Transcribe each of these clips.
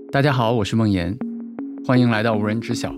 大家好，我是梦岩，欢迎来到无人知晓。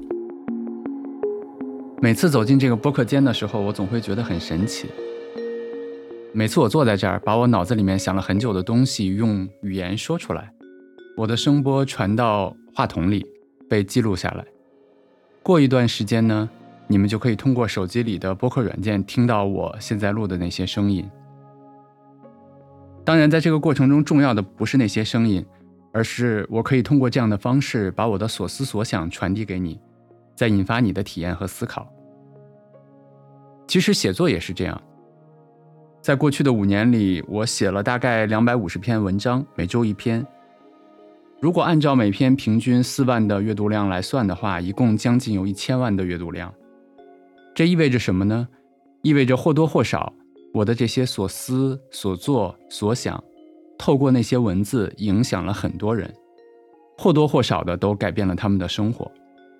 每次走进这个播客间的时候，我总会觉得很神奇。每次我坐在这儿，把我脑子里面想了很久的东西用语言说出来，我的声波传到话筒里，被记录下来。过一段时间呢，你们就可以通过手机里的播客软件听到我现在录的那些声音。当然，在这个过程中重要的不是那些声音，而是我可以通过这样的方式把我的所思所想传递给你，再引发你的体验和思考。其实写作也是这样，在过去的5年里，我写了大概250篇文章，每周1篇。如果按照每篇平均4万的阅读量来算的话，一共将近有1000万的阅读量。这意味着什么呢？意味着或多或少，我的这些所思、所做、所想，透过那些文字影响了很多人，或多或少的都改变了他们的生活。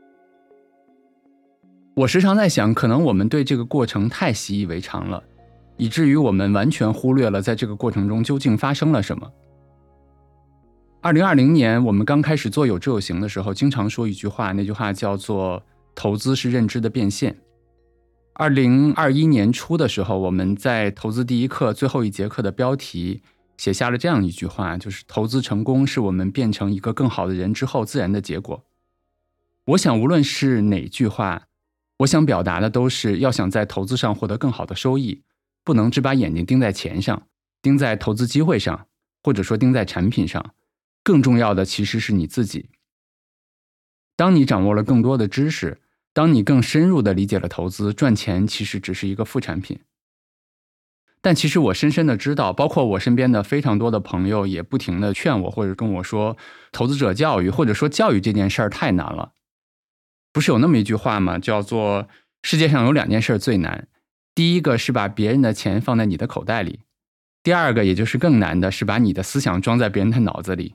我时常在想，可能我们对这个过程太习以为常了，以至于我们完全忽略了在这个过程中究竟发生了什么。2020年我们刚开始做有知有行的时候，经常说一句话，那句话叫做投资是认知的变现。2021年初的时候，我们在投资第一课最后一节课的标题写下了这样一句话，就是投资成功是我们变成一个更好的人之后自然的结果。我想无论是哪句话，我想表达的都是要想在投资上获得更好的收益，不能只把眼睛盯在钱上，盯在投资机会上，或者说盯在产品上，更重要的其实是你自己。当你掌握了更多的知识，当你更深入地理解了投资，赚钱其实只是一个副产品。但其实我深深地知道，包括我身边的非常多的朋友也不停地劝我，或者跟我说，投资者教育或者说教育这件事儿太难了。不是有那么一句话吗？叫做世界上有2件事最难，第一个是把别人的钱放在你的口袋里，第二个也就是更难的是把你的思想装在别人的脑子里。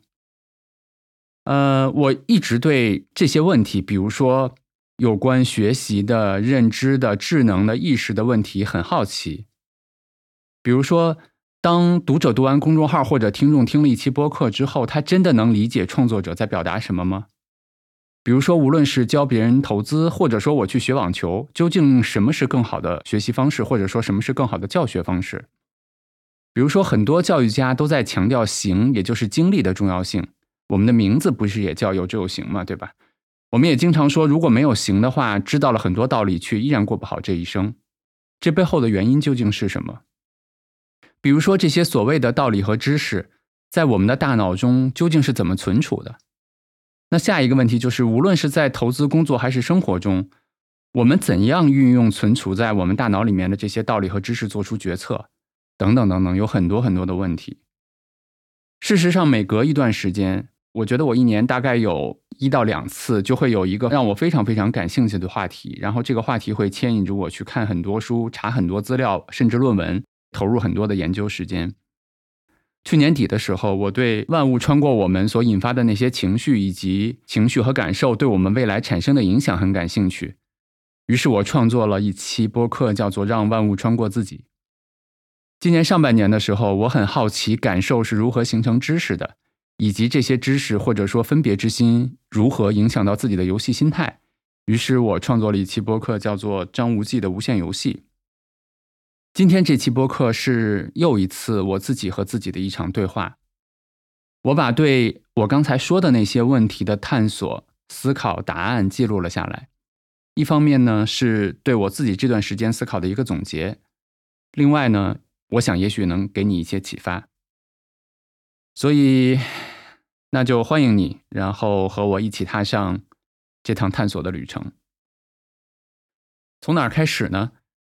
我一直对这些问题，比如说有关学习的、认知的、智能的、意识的问题很好奇。比如说，当读者读完公众号或者听众听了一期播客之后，他真的能理解创作者在表达什么吗？比如说，无论是教别人投资，或者说我去学网球，究竟什么是更好的学习方式，或者说什么是更好的教学方式？比如说，很多教育家都在强调行，也就是经历的重要性。我们的名字不是也叫有知有行吗？对吧？我们也经常说，如果没有行的话，知道了很多道理，却依然过不好这一生。这背后的原因究竟是什么？比如说，这些所谓的道理和知识，在我们的大脑中究竟是怎么存储的？那下一个问题就是，无论是在投资、工作还是生活中，我们怎样运用存储在我们大脑里面的这些道理和知识做出决策？等等等等，有很多很多的问题。事实上，每隔一段时间，我觉得我1年大概有1到2次就会有一个让我非常非常感兴趣的话题，然后这个话题会牵引着我去看很多书，查很多资料，甚至论文，投入很多的研究时间。去年底的时候，我对万物穿过我们所引发的那些情绪，以及情绪和感受对我们未来产生的影响很感兴趣。于是我创作了一期播客，叫做《让万物穿过自己》。今年上半年的时候，我很好奇感受是如何形成知识的，以及这些知识或者说分别之心如何影响到自己的游戏心态。于是我创作了一期播客，叫做《张无忌的无限游戏》。今天这期播客是又一次我自己和自己的一场对话。我把对我刚才说的那些问题的探索、思考、答案记录了下来。一方面呢，是对我自己这段时间思考的一个总结。另外呢，我想也许能给你一些启发。所以，那就欢迎你，然后和我一起踏上这趟探索的旅程。从哪儿开始呢？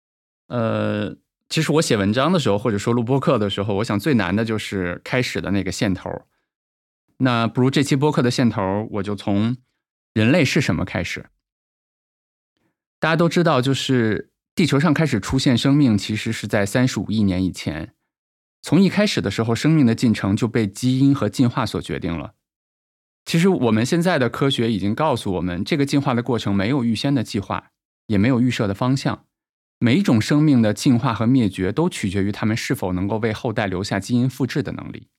其实我写文章的时候，或者说录播客的时候，我想最难的就是开始的那个线头。那不如这期播客的线头，我就从人类是什么开始。大家都知道，就是地球上开始出现生命，其实是在35亿年以前。从一开始的时候，生命的进程就被基因和进化所决定了。其实我们现在的科学已经告诉我们，这个进化的过程没有预先的计划，也没有预设的方向。每一种生命的进化和灭绝都取决于它们是否能够为后代留下基因复制的能力。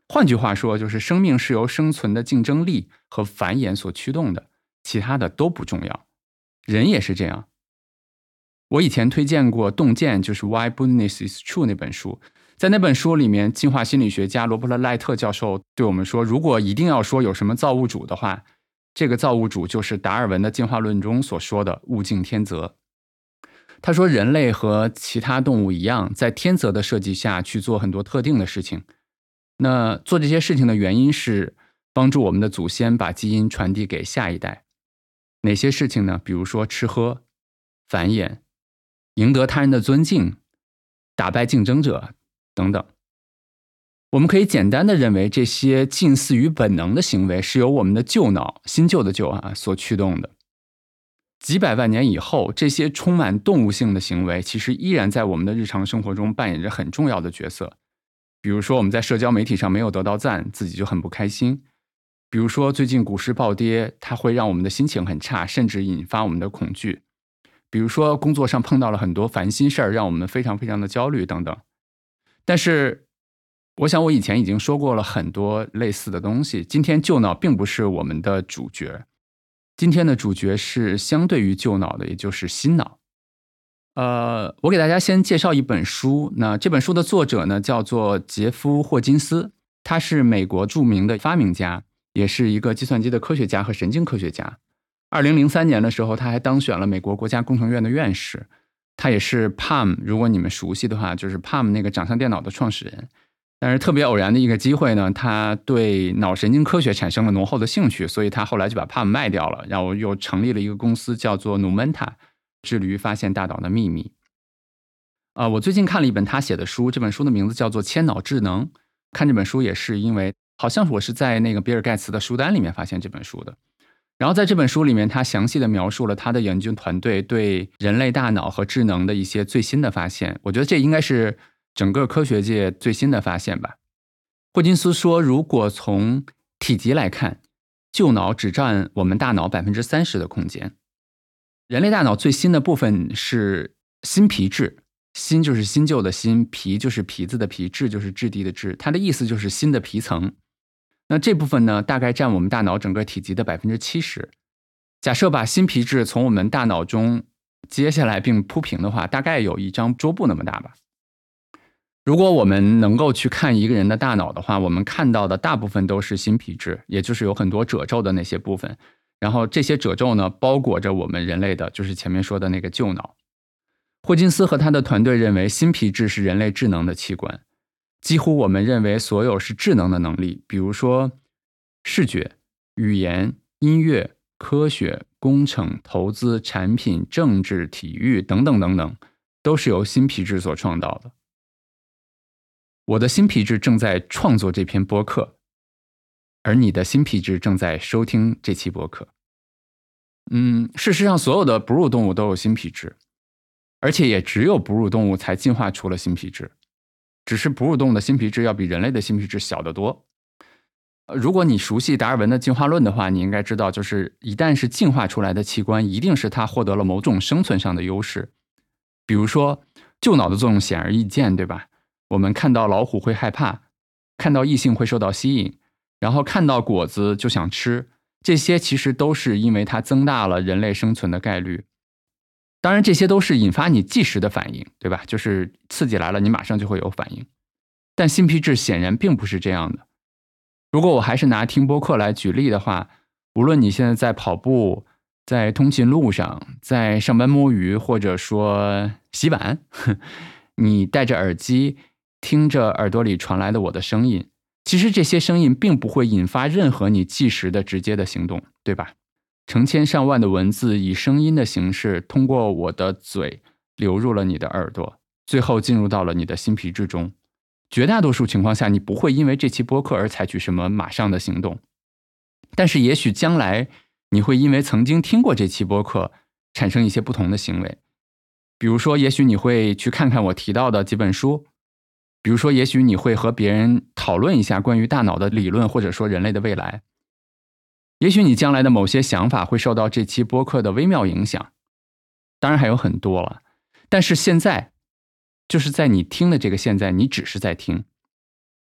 换句话说，就是生命是由生存的竞争力和繁衍所驱动的，其他的都不重要。人也是这样。我以前推荐过《洞见》，就是 Why Goodness is True 那本书。在那本书里面，进化心理学家罗伯特·赖特教授对我们说，如果一定要说有什么造物主的话，这个造物主就是达尔文的进化论中所说的物竞天择。他说，人类和其他动物一样，在天择的设计下去做很多特定的事情。那做这些事情的原因是帮助我们的祖先把基因传递给下一代。哪些事情呢？比如说吃喝、繁衍、赢得他人的尊敬、打败竞争者等等。我们可以简单的认为，这些近似于本能的行为是由我们的旧脑，新旧的旧所驱动的。几百万年以后，这些充满动物性的行为其实依然在我们的日常生活中扮演着很重要的角色。比如说我们在社交媒体上没有得到赞，自己就很不开心。比如说最近股市暴跌，它会让我们的心情很差，甚至引发我们的恐惧。比如说工作上碰到了很多烦心事儿，让我们非常非常的焦虑等等。但是我想我以前已经说过了很多类似的东西，今天旧脑并不是我们的主角，今天的主角是相对于旧脑的，也就是新脑。我给大家先介绍一本书，那这本书的作者呢叫做杰夫·霍金斯，他是美国著名的发明家，也是一个计算机的科学家和神经科学家。2003年的时候，他还当选了美国国家工程院的院士。他也是 Palm， 如果你们熟悉的话，就是 Palm 那个掌上电脑的创始人。但是特别偶然的一个机会呢，他对脑神经科学产生了浓厚的兴趣，所以他后来就把 Palm 卖掉了，然后又成立了一个公司叫做 Numenta， 致力于发现大脑的秘密。我最近看了一本他写的书，这本书的名字叫做《千脑智能》。看这本书也是因为好像我是在那个比尔盖茨的书单里面发现这本书的。然后在这本书里面，他详细的描述了他的研究团队对人类大脑和智能的一些最新的发现。我觉得这应该是整个科学界最新的发现吧。霍金斯说，如果从体积来看，旧脑只占我们大脑 30% 的空间。人类大脑最新的部分是新皮质，新就是新旧的新，皮就是皮子的皮，质就是质地的质，它的意思就是新的皮层。那这部分呢，大概占我们大脑整个体积的 70%。假设把新皮质从我们大脑中接下来并铺平的话，大概有一张桌布那么大吧。如果我们能够去看一个人的大脑的话，我们看到的大部分都是新皮质，也就是有很多褶皱的那些部分。然后这些褶皱呢，包裹着我们人类的，就是前面说的那个旧脑。霍金斯和他的团队认为，新皮质是人类智能的器官。几乎我们认为所有是智能的能力，比如说视觉、语言、音乐、科学、工程、投资、产品、政治、体育等等等等，都是由新皮质所创造的。我的新皮质正在创作这篇播客，而你的新皮质正在收听这期播客。事实上，所有的哺乳动物都有新皮质，而且也只有哺乳动物才进化出了新皮质。只是哺乳动物的新皮质要比人类的新皮质小得多。如果你熟悉达尔文的进化论的话，你应该知道，就是一旦是进化出来的器官，一定是它获得了某种生存上的优势。比如说旧脑的作用显而易见，对吧？我们看到老虎会害怕，看到异性会受到吸引，然后看到果子就想吃，这些其实都是因为它增大了人类生存的概率。当然这些都是引发你即时的反应，对吧？就是刺激来了，你马上就会有反应。但新皮质显然并不是这样的。如果我还是拿听播客来举例的话，无论你现在在跑步，在通勤路上，在上班摸鱼，或者说洗碗，你戴着耳机听着耳朵里传来的我的声音，其实这些声音并不会引发任何你即时的直接的行动，对吧？成千上万的文字以声音的形式通过我的嘴流入了你的耳朵，最后进入到了你的新皮质中。绝大多数情况下，你不会因为这期播客而采取什么马上的行动，但是也许将来你会因为曾经听过这期播客产生一些不同的行为。比如说，也许你会去看看我提到的几本书，比如说也许你会和别人讨论一下关于大脑的理论，或者说人类的未来。也许你将来的某些想法会受到这期播客的微妙影响，当然还有很多了。但是现在，就是在你听的这个现在，你只是在听。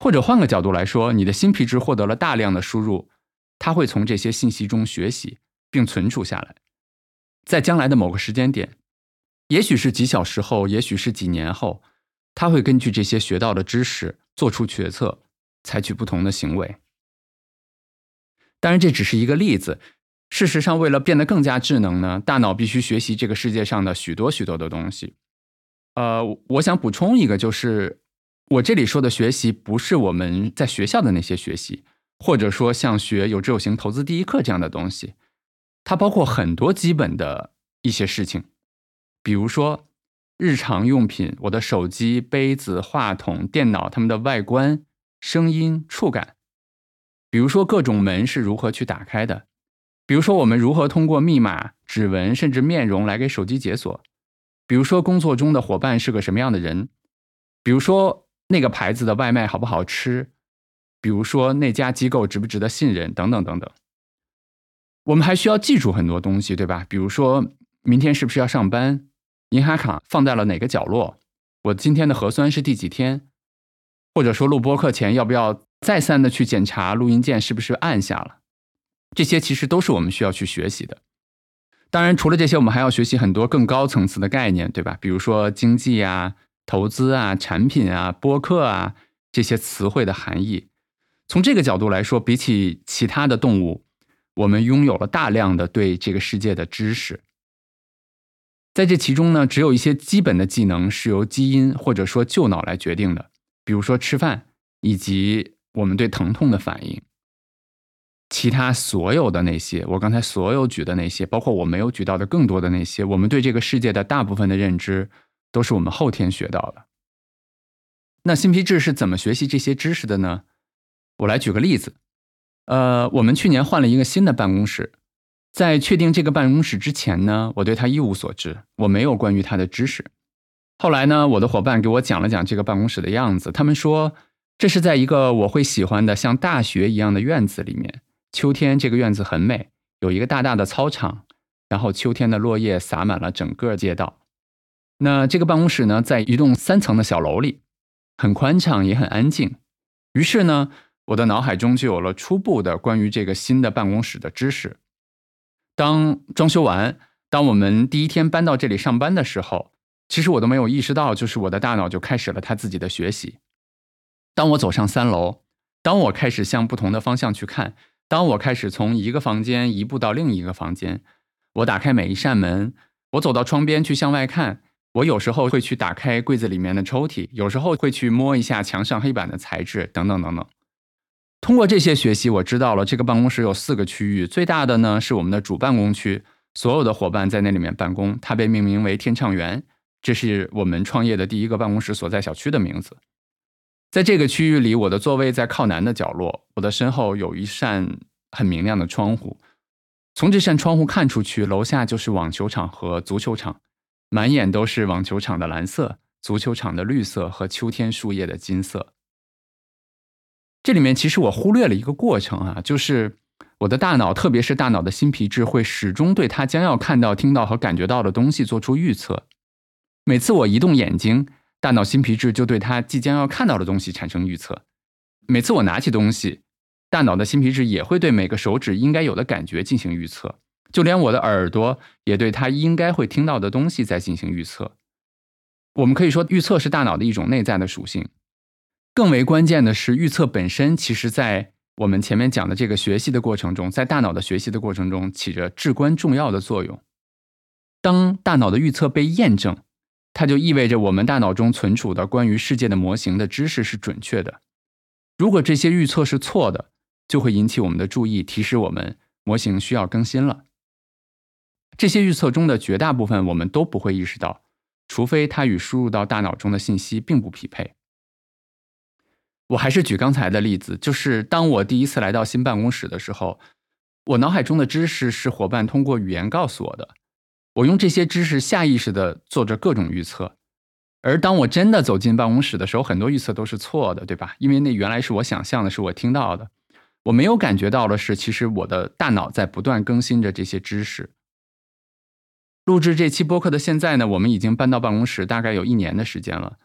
或者换个角度来说，你的新皮质获得了大量的输入，它会从这些信息中学习并存储下来，在将来的某个时间点，也许是几小时后，也许是几年后，它会根据这些学到的知识做出决策，采取不同的行为。当然这只是一个例子，事实上为了变得更加智能呢，大脑必须学习这个世界上的许多许多的东西。我想补充一个，就是我这里说的学习不是我们在学校的那些学习，或者说像学有知有行投资第一课这样的东西，它包括很多基本的一些事情，比如说日常用品，我的手机、杯子、话筒、电脑，它们的外观、声音、触感，比如说各种门是如何去打开的，比如说我们如何通过密码、指纹甚至面容来给手机解锁，比如说工作中的伙伴是个什么样的人，比如说那个牌子的外卖好不好吃，比如说那家机构值不值得信任，等等等等。我们还需要记住很多东西，对吧？比如说明天是不是要上班，银行卡放在了哪个角落，我今天的核酸是第几天，或者说录播课前要不要再三的去检查录音键是不是按下了，这些其实都是我们需要去学习的。当然除了这些，我们还要学习很多更高层次的概念，对吧？比如说经济啊、投资啊、产品啊、播客啊，这些词汇的含义。从这个角度来说，比起其他的动物，我们拥有了大量的对这个世界的知识。在这其中呢，只有一些基本的技能是由基因或者说旧脑来决定的，比如说吃饭以及我们对疼痛的反应。其他所有的那些，我刚才所有举的那些，包括我没有举到的更多的那些，我们对这个世界的大部分的认知都是我们后天学到的。那新皮质是怎么学习这些知识的呢？我来举个例子。我们去年换了一个新的办公室，在确定这个办公室之前呢，我对它一无所知，我没有关于它的知识。后来呢，我的伙伴给我讲了讲这个办公室的样子，他们说这是在一个我会喜欢的像大学一样的院子里面，秋天这个院子很美，有一个大大的操场，然后秋天的落叶洒满了整个街道。那这个办公室呢，在一栋3层的小楼里，很宽敞也很安静。于是呢，我的脑海中就有了初步的关于这个新的办公室的知识。当装修完，当我们第一天搬到这里上班的时候，其实我都没有意识到，就是我的大脑就开始了它自己的学习。当我走上3楼，当我开始向不同的方向去看，当我开始从一个房间移步到另一个房间，我打开每一扇门，我走到窗边去向外看，我有时候会去打开柜子里面的抽屉，有时候会去摸一下墙上黑板的材质，等等等等。通过这些学习，我知道了这个办公室有4个区域，最大的呢是我们的主办公区，所有的伙伴在那里面办公，它被命名为天畅园，这是我们创业的第一个办公室所在小区的名字。在这个区域里，我的座位在靠南的角落，我的身后有一扇很明亮的窗户，从这扇窗户看出去，楼下就是网球场和足球场，满眼都是网球场的蓝色，足球场的绿色和秋天树叶的金色。这里面其实我忽略了一个过程啊，就是我的大脑，特别是大脑的新皮质，会始终对它将要看到、听到和感觉到的东西做出预测。每次我移动眼睛，大脑新皮质就对它即将要看到的东西产生预测。每次我拿起东西，大脑的新皮质也会对每个手指应该有的感觉进行预测，就连我的耳朵也对它应该会听到的东西在进行预测。我们可以说，预测是大脑的一种内在的属性。更为关键的是，预测本身其实在我们前面讲的这个学习的过程中，在大脑的学习的过程中起着至关重要的作用。当大脑的预测被验证，它就意味着我们大脑中存储的关于世界的模型的知识是准确的。如果这些预测是错的，就会引起我们的注意，提示我们模型需要更新了。这些预测中的绝大部分我们都不会意识到，除非它与输入到大脑中的信息并不匹配。我还是举刚才的例子，就是当我第一次来到新办公室的时候，我脑海中的知识是伙伴通过语言告诉我的，我用这些知识下意识地做着各种预测。而当我真的走进办公室的时候，很多预测都是错的，对吧？因为那原来是我想象的，是我听到的。我没有感觉到的是，其实我的大脑在不断更新着这些知识。录制这期播客的现在呢，我们已经搬到办公室大概有1年的时间了。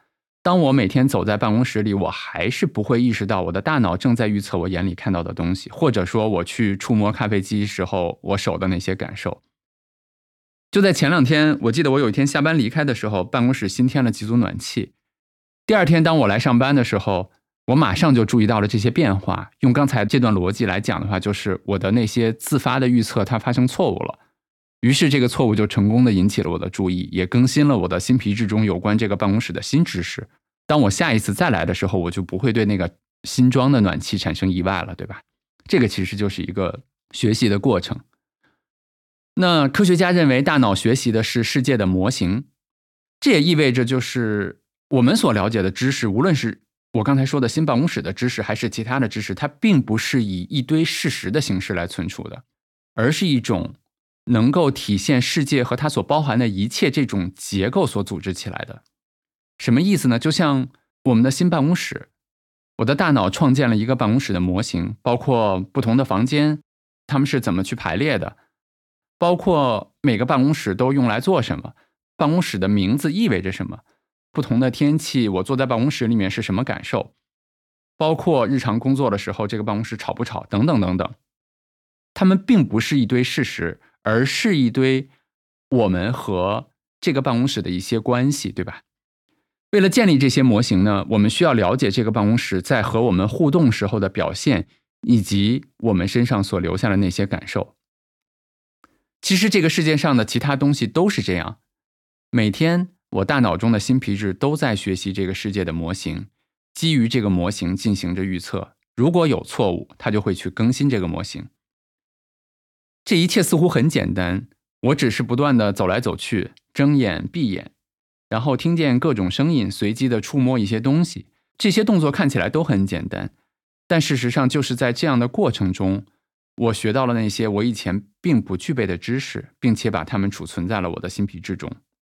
当我每天走在办公室里，我还是不会意识到我的大脑正在预测我眼里看到的东西，或者说我去触摸咖啡机时候我手的那些感受。就在前2天，我记得我有一天下班离开的时候，办公室新添了几组暖气。第2天当我来上班的时候，我马上就注意到了这些变化。用刚才这段逻辑来讲的话，就是我的那些自发的预测它发生错误了，于是这个错误就成功的引起了我的注意，也更新了我的新皮质中有关这个办公室的新知识。当我下一次再来的时候，我就不会对那个新装的暖气产生意外了，对吧？这个其实就是一个学习的过程。那科学家认为大脑学习的是世界的模型，这也意味着就是我们所了解的知识，无论是我刚才说的新办公室的知识还是其他的知识，它并不是以一堆事实的形式来存储的，而是一种能够体现世界和它所包含的一切这种结构所组织起来的。什么意思呢？就像我们的新办公室，我的大脑创建了一个办公室的模型，包括不同的房间，它们是怎么去排列的，包括每个办公室都用来做什么，办公室的名字意味着什么，不同的天气我坐在办公室里面是什么感受，包括日常工作的时候这个办公室吵不吵等等等等。它们并不是一堆事实，而是一堆我们和这个办公室的一些关系，对吧？为了建立这些模型呢，我们需要了解这个办公室在和我们互动时候的表现，以及我们身上所留下的那些感受。其实这个世界上的其他东西都是这样，每天我大脑中的新皮质都在学习这个世界的模型，基于这个模型进行着预测，如果有错误，它就会去更新这个模型。这一切似乎很简单，我只是不断地走来走去，睁眼闭眼，然后听见各种声音，随机的触摸一些东西，这些动作看起来都很简单，但事实上就是在这样的过程中，我学到了那些我以前并不具备的知识，并且把它们储存在了我的新皮质中。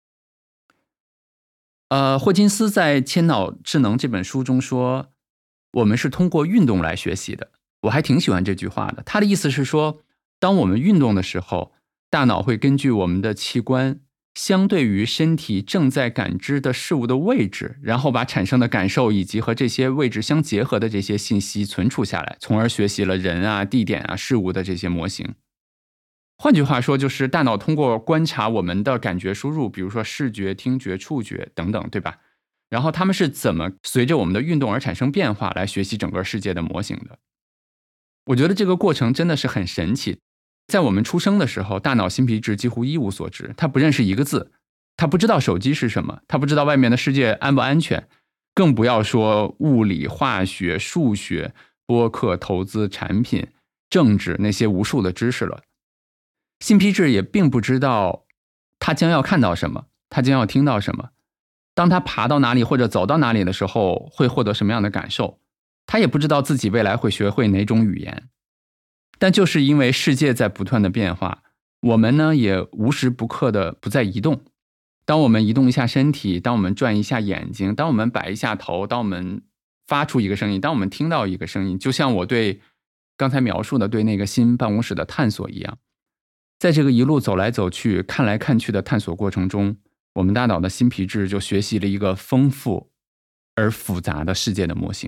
霍金斯在《千脑智能》这本书中说，我们是通过运动来学习的。我还挺喜欢这句话的。他的意思是说，当我们运动的时候，大脑会根据我们的器官相对于身体正在感知的事物的位置，然后把产生的感受以及和这些位置相结合的这些信息存储下来，从而学习了人啊、地点啊、事物的这些模型。换句话说，就是大脑通过观察我们的感觉输入，比如说视觉、听觉、触觉等等，对吧？然后它们是怎么随着我们的运动而产生变化，来学习整个世界的模型的。我觉得这个过程真的是很神奇。在我们出生的时候，大脑新皮质几乎一无所知，它不认识一个字，它不知道手机是什么，它不知道外面的世界安不安全，更不要说物理、化学、数学、播客、投资、产品、政治那些无数的知识了。新皮质也并不知道它将要看到什么，它将要听到什么，当它爬到哪里或者走到哪里的时候会获得什么样的感受，它也不知道自己未来会学会哪种语言。但就是因为世界在不断的变化，我们呢也无时不刻的不再移动。当我们移动一下身体，当我们转一下眼睛，当我们摆一下头，当我们发出一个声音，当我们听到一个声音，就像我对刚才描述的对那个新办公室的探索一样，在这个一路走来走去、看来看去的探索过程中，我们大脑的新皮质就学习了一个丰富而复杂的世界的模型。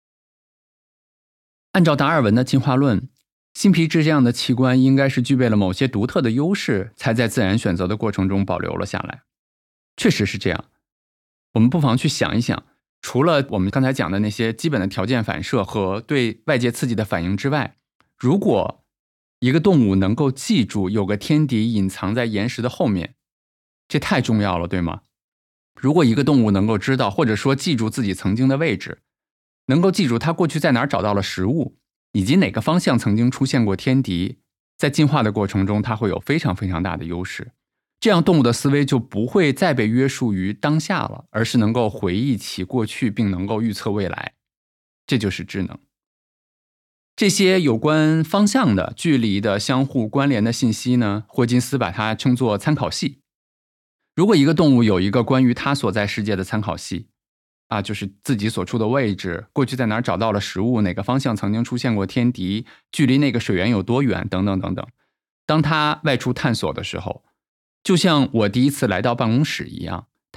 按照达尔文的进化论，新皮质这样的器官应该是具备了某些独特的优势，才在自然选择的过程中保留了下来。确实是这样。我们不妨去想一想，除了我们刚才讲的那些基本的条件反射和对外界刺激的反应之外，如果一个动物能够记住有个天敌隐藏在岩石的后面，这太重要了，对吗？如果一个动物能够知道，或者说记住自己曾经的位置，能够记住它过去在哪儿找到了食物，以及哪个方向曾经出现过天敌，在进化的过程中它会有非常非常大的优势。这样动物的思维就不会再被约束于当下了，而是能够回忆起过去并能够预测未来。这就是智能。这些有关方向的、距离的、相互关联的信息呢，霍金斯把它称作参考系。如果一个动物有一个关于它所在世界的参考系，就是自己所处的位置，过去在哪儿找到了食物，哪个方向曾经出现过天敌，距离那个水源有多远，等等等等。当他外出探索的时候，就像我第一次来到办公室一样，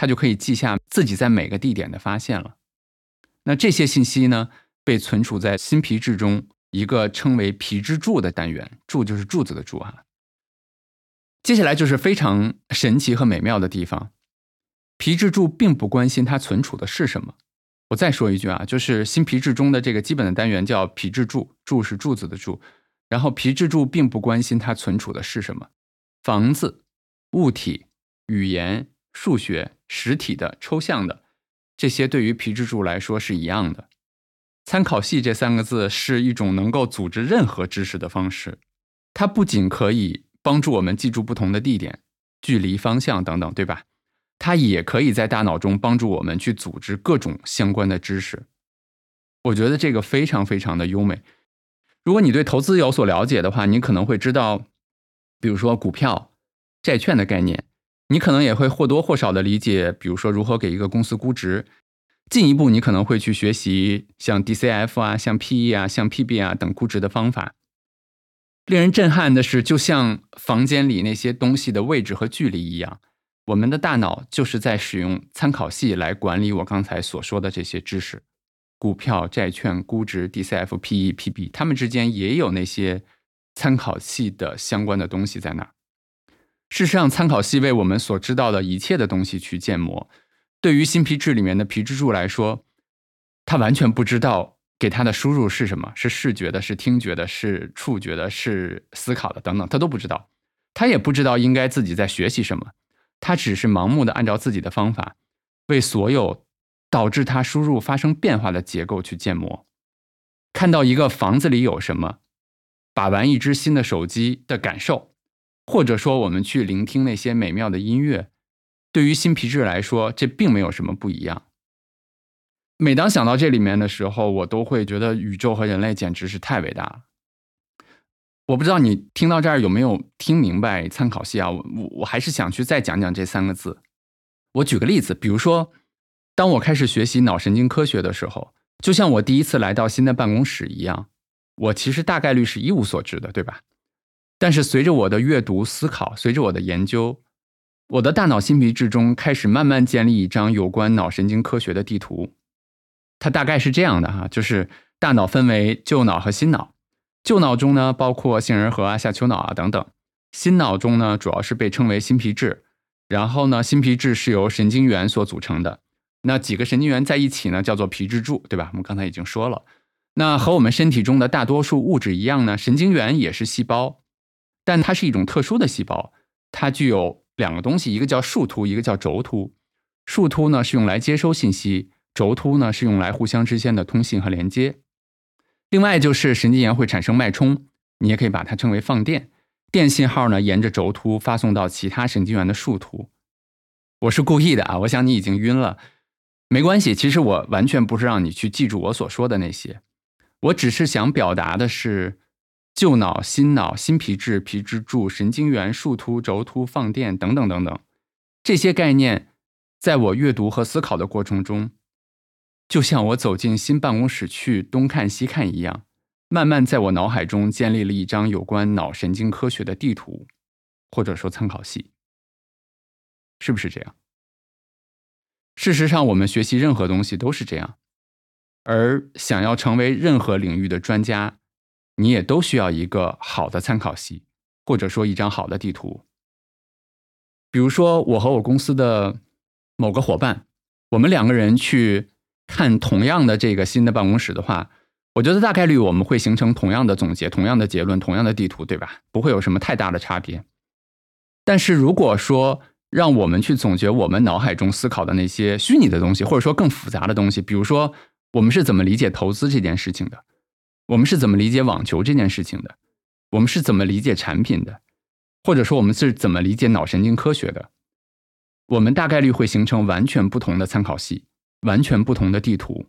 它就可以记下自己在每个地点的发现了。那这些信息呢，被存储在新皮质中一个称为皮质柱的单元，柱就是柱子的柱啊。接下来就是非常神奇和美妙的地方，皮质柱并不关心它存储的是什么。我再说一句啊，就是新皮质中的这个基本的单元叫皮质柱，柱是柱子的柱，然后皮质柱并不关心它存储的是什么，房子、物体、语言、数学、实体的、抽象的，这些对于皮质柱来说是一样的。参考系这3个字是一种能够组织任何知识的方式，它不仅可以帮助我们记住不同的地点、距离、方向等等，对吧？它也可以在大脑中帮助我们去组织各种相关的知识。我觉得这个非常非常的优美。如果你对投资有所了解的话，你可能会知道，比如说股票、债券的概念，你可能也会或多或少的理解，比如说如何给一个公司估值。进一步你可能会去学习像 DCF 啊、像 PE 啊、像 PB 啊等估值的方法。令人震撼的是，就像房间里那些东西的位置和距离一样，我们的大脑就是在使用参考系来管理我刚才所说的这些知识。股票、债券、估值、DCF、PE、PB， 它们之间也有那些参考系的相关的东西在那儿。事实上，参考系为我们所知道的一切的东西去建模。对于新皮质里面的皮质柱来说，它完全不知道给它的输入是什么，是视觉的，是听觉的，是触觉的，是思考的等等，它都不知道。它也不知道应该自己在学习什么，它只是盲目的按照自己的方法，为所有导致它输入发生变化的结构去建模。看到一个房子里有什么，把玩一只新的手机的感受，或者说我们去聆听那些美妙的音乐，对于新皮质来说，这并没有什么不一样。每当想到这里面的时候，我都会觉得宇宙和人类简直是太伟大了。我不知道你听到这儿有没有听明白参考系啊？我还是想去再讲讲这3个字。我举个例子，比如说，当我开始学习脑神经科学的时候，就像我第一次来到新的办公室一样，我其实大概率是一无所知的，对吧？但是随着我的阅读思考，随着我的研究，我的大脑新皮质中开始慢慢建立一张有关脑神经科学的地图。它大概是这样的哈，就是大脑分为旧脑和新脑。旧脑中呢，包括杏仁核啊、下丘脑啊等等。新脑中呢，主要是被称为新皮质。然后呢，新皮质是由神经元所组成的。那几个神经元在一起呢，叫做皮质柱，对吧？我们刚才已经说了。那和我们身体中的大多数物质一样呢，神经元也是细胞，但它是一种特殊的细胞，它具有2个东西，一个叫树突，一个叫轴突。树突呢是用来接收信息，轴突呢是用来互相之间的通信和连接。另外就是神经元会产生脉冲，你也可以把它称为放电。电信号呢沿着轴突发送到其他神经元的树突。我是故意的啊，我想你已经晕了。没关系，其实我完全不是让你去记住我所说的那些，我只是想表达的是旧脑、新脑、新皮质、皮质柱、神经元、树突、轴突、放电等等等等，这些概念在我阅读和思考的过程中，就像我走进新办公室去东看西看一样，慢慢在我脑海中建立了一张有关脑神经科学的地图，或者说参考系。是不是这样？事实上，我们学习任何东西都是这样，而想要成为任何领域的专家，你也都需要一个好的参考系，或者说一张好的地图。比如说，我和我公司的某个伙伴，我们2个人去看同样的这个新的办公室的话，我觉得大概率我们会形成同样的总结、同样的结论、同样的地图，对吧？不会有什么太大的差别。但是如果说让我们去总结我们脑海中思考的那些虚拟的东西，或者说更复杂的东西，比如说我们是怎么理解投资这件事情的，我们是怎么理解网球这件事情的，我们是怎么理解产品的，或者说我们是怎么理解脑神经科学的，我们大概率会形成完全不同的参考系，完全不同的地图。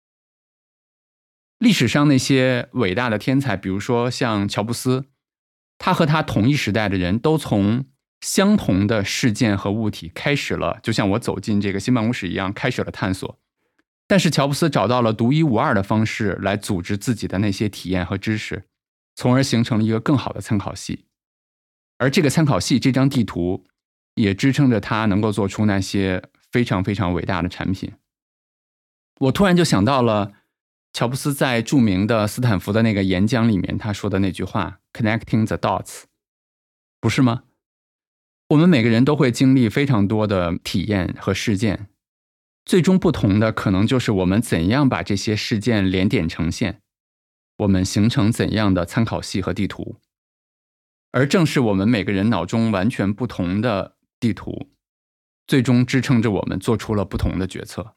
历史上那些伟大的天才，比如说像乔布斯，他和他同一时代的人都从相同的事件和物体开始了，就像我走进这个新办公室一样，开始了探索。但是乔布斯找到了独一无二的方式来组织自己的那些体验和知识，从而形成了一个更好的参考系。而这个参考系，这张地图，也支撑着他能够做出那些非常非常伟大的产品。我突然就想到了乔布斯在著名的斯坦福的那个演讲里面他说的那句话 Connecting the dots， 不是吗？我们每个人都会经历非常多的体验和事件，最终不同的可能就是我们怎样把这些事件连点成线，我们形成怎样的参考系和地图。而正是我们每个人脑中完全不同的地图，最终支撑着我们做出了不同的决策。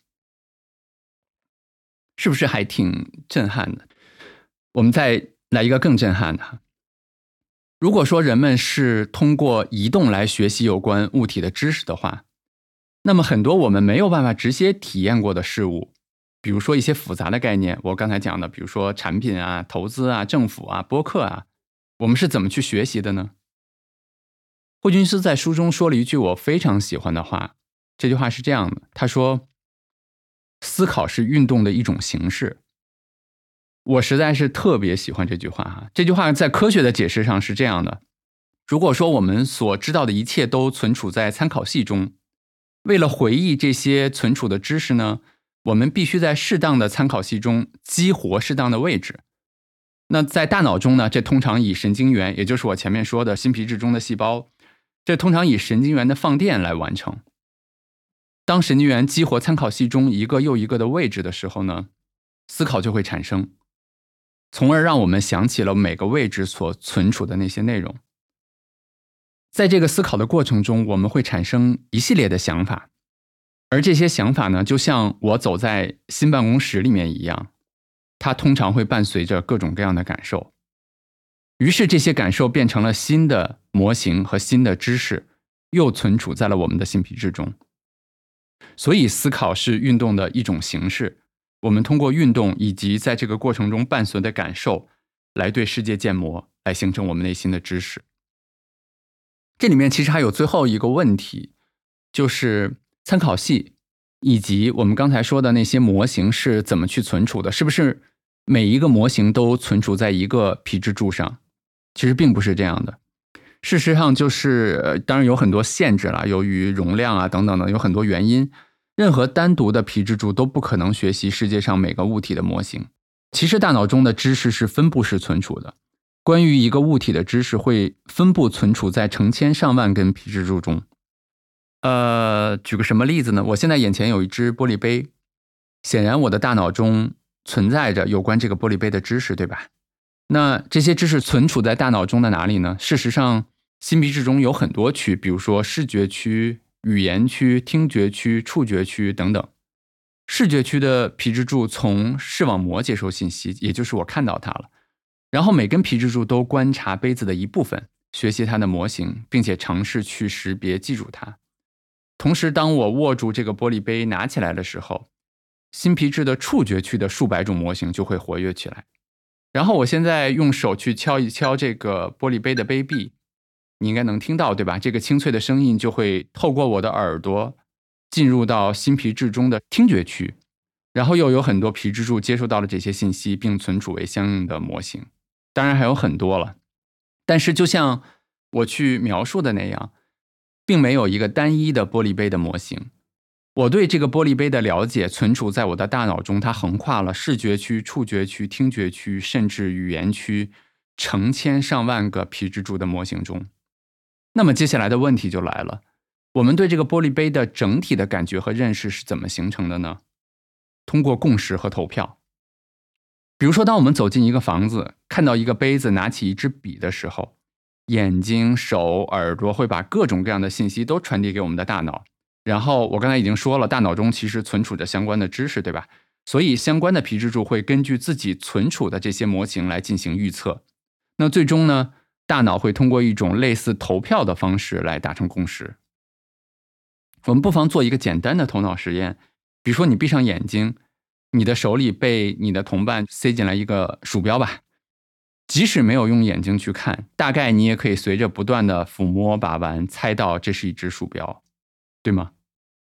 是不是还挺震撼的？我们再来一个更震撼的。如果说人们是通过移动来学习有关物体的知识的话，那么很多我们没有办法直接体验过的事物，比如说一些复杂的概念，我刚才讲的，比如说产品啊、投资啊、政府啊、播客啊，我们是怎么去学习的呢？霍金斯在书中说了一句我非常喜欢的话，这句话是这样的，他说，思考是运动的一种形式。我实在是特别喜欢这句话哈。这句话在科学的解释上是这样的，如果说我们所知道的一切都存储在参考系中，为了回忆这些存储的知识呢，我们必须在适当的参考系中激活适当的位置。那在大脑中呢，这通常以神经元，也就是我前面说的新皮质中的细胞，这通常以神经元的放电来完成。当神经元激活参考系中一个又一个的位置的时候呢，思考就会产生，从而让我们想起了每个位置所存储的那些内容。在这个思考的过程中，我们会产生一系列的想法，而这些想法呢，就像我走在新办公室里面一样，它通常会伴随着各种各样的感受。于是这些感受变成了新的模型和新的知识，又存储在了我们的新皮质中。所以思考是运动的一种形式，我们通过运动以及在这个过程中伴随的感受，来对世界建模，来形成我们内心的知识。这里面其实还有最后一个问题，就是参考系以及我们刚才说的那些模型是怎么去存储的，是不是每一个模型都存储在一个皮质柱上？其实并不是这样的。事实上就是当然有很多限制了，由于容量啊等等的有很多原因，任何单独的皮质柱都不可能学习世界上每个物体的模型。其实大脑中的知识是分布式存储的，关于一个物体的知识会分布存储在成千上万根皮质柱中。举个什么例子呢？我现在眼前有一只玻璃杯，显然我的大脑中存在着有关这个玻璃杯的知识，对吧？那这些知识存储在大脑中的哪里呢？事实上，新皮质中有很多区，比如说视觉区、语言区、听觉区、触觉区等等。视觉区的皮质柱从视网膜接收信息，也就是我看到它了。然后每根皮质柱都观察杯子的一部分，学习它的模型，并且尝试去识别记住它。同时，当我握住这个玻璃杯拿起来的时候，新皮质的触觉区的数百种模型就会活跃起来。然后我现在用手去敲一敲这个玻璃杯的杯壁，你应该能听到，对吧？这个清脆的声音就会透过我的耳朵进入到新皮质中的听觉区，然后又有很多皮质柱接收到了这些信息，并存储为相应的模型。当然还有很多了，但是就像我去描述的那样，并没有一个单一的玻璃杯的模型。我对这个玻璃杯的了解存储在我的大脑中，它横跨了视觉区、触觉区、听觉区，甚至语言区，成千上万个皮质柱的模型中。那么接下来的问题就来了，我们对这个玻璃杯的整体的感觉和认识是怎么形成的呢？通过共识和投票。比如说，当我们走进一个房子，看到一个杯子，拿起一支笔的时候，眼睛、手、耳朵会把各种各样的信息都传递给我们的大脑。然后我刚才已经说了，大脑中其实存储着相关的知识，对吧？所以相关的皮质柱会根据自己存储的这些模型来进行预测。那最终呢，大脑会通过一种类似投票的方式来达成共识。我们不妨做一个简单的头脑实验，比如说你闭上眼睛，你的手里被你的同伴塞进来一个鼠标吧。即使没有用眼睛去看，大概你也可以随着不断的抚摸把玩，猜到这是一只鼠标，对吗？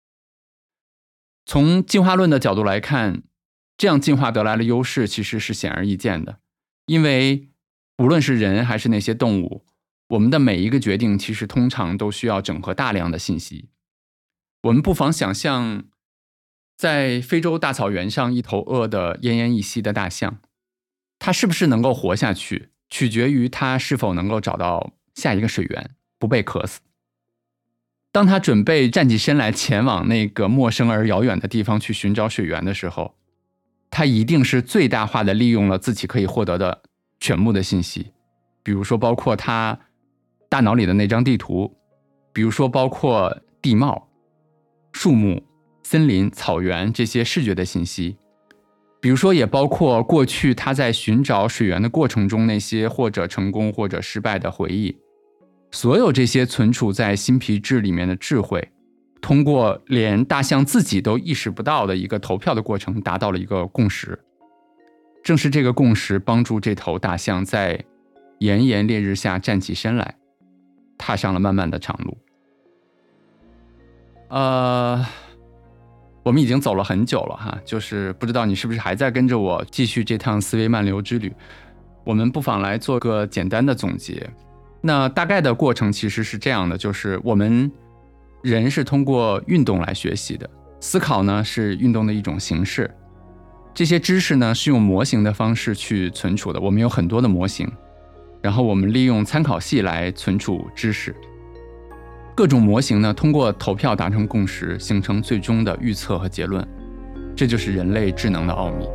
从进化论的角度来看，这样进化得来的优势其实是显而易见的，因为无论是人还是那些动物，我们的每一个决定其实通常都需要整合大量的信息。 我们不妨想象，在非洲大草原上一头饿得奄奄一息的大象，它是不是能够活下去，取决于它是否能够找到下一个水源，不被渴死。当它准备站起身来前往那个陌生而遥远的地方去寻找水源的时候，它一定是最大化的利用了自己可以获得的全部的信息，比如说包括它大脑里的那张地图，比如说包括地貌、树木、森林、草原这些视觉的信息，比如说也包括过去他在寻找水源的过程中那些或者成功或者失败的回忆。所有这些存储在新皮质里面的智慧，通过连大象自己都意识不到的一个投票的过程达到了一个共识。正是这个共识帮助这头大象在炎炎烈日下站起身来，踏上了漫漫的长路。我们已经走了很久了哈，就是不知道你是不是还在跟着我继续这趟思维漫流之旅。我们不妨来做个简单的总结。那大概的过程其实是这样的，就是我们人是通过运动来学习的，思考呢是运动的一种形式，这些知识呢是用模型的方式去存储的，我们有很多的模型，然后我们利用参考系来存储知识。各种模型呢通过投票达成共识，形成最终的预测和结论，这就是人类智能的奥秘。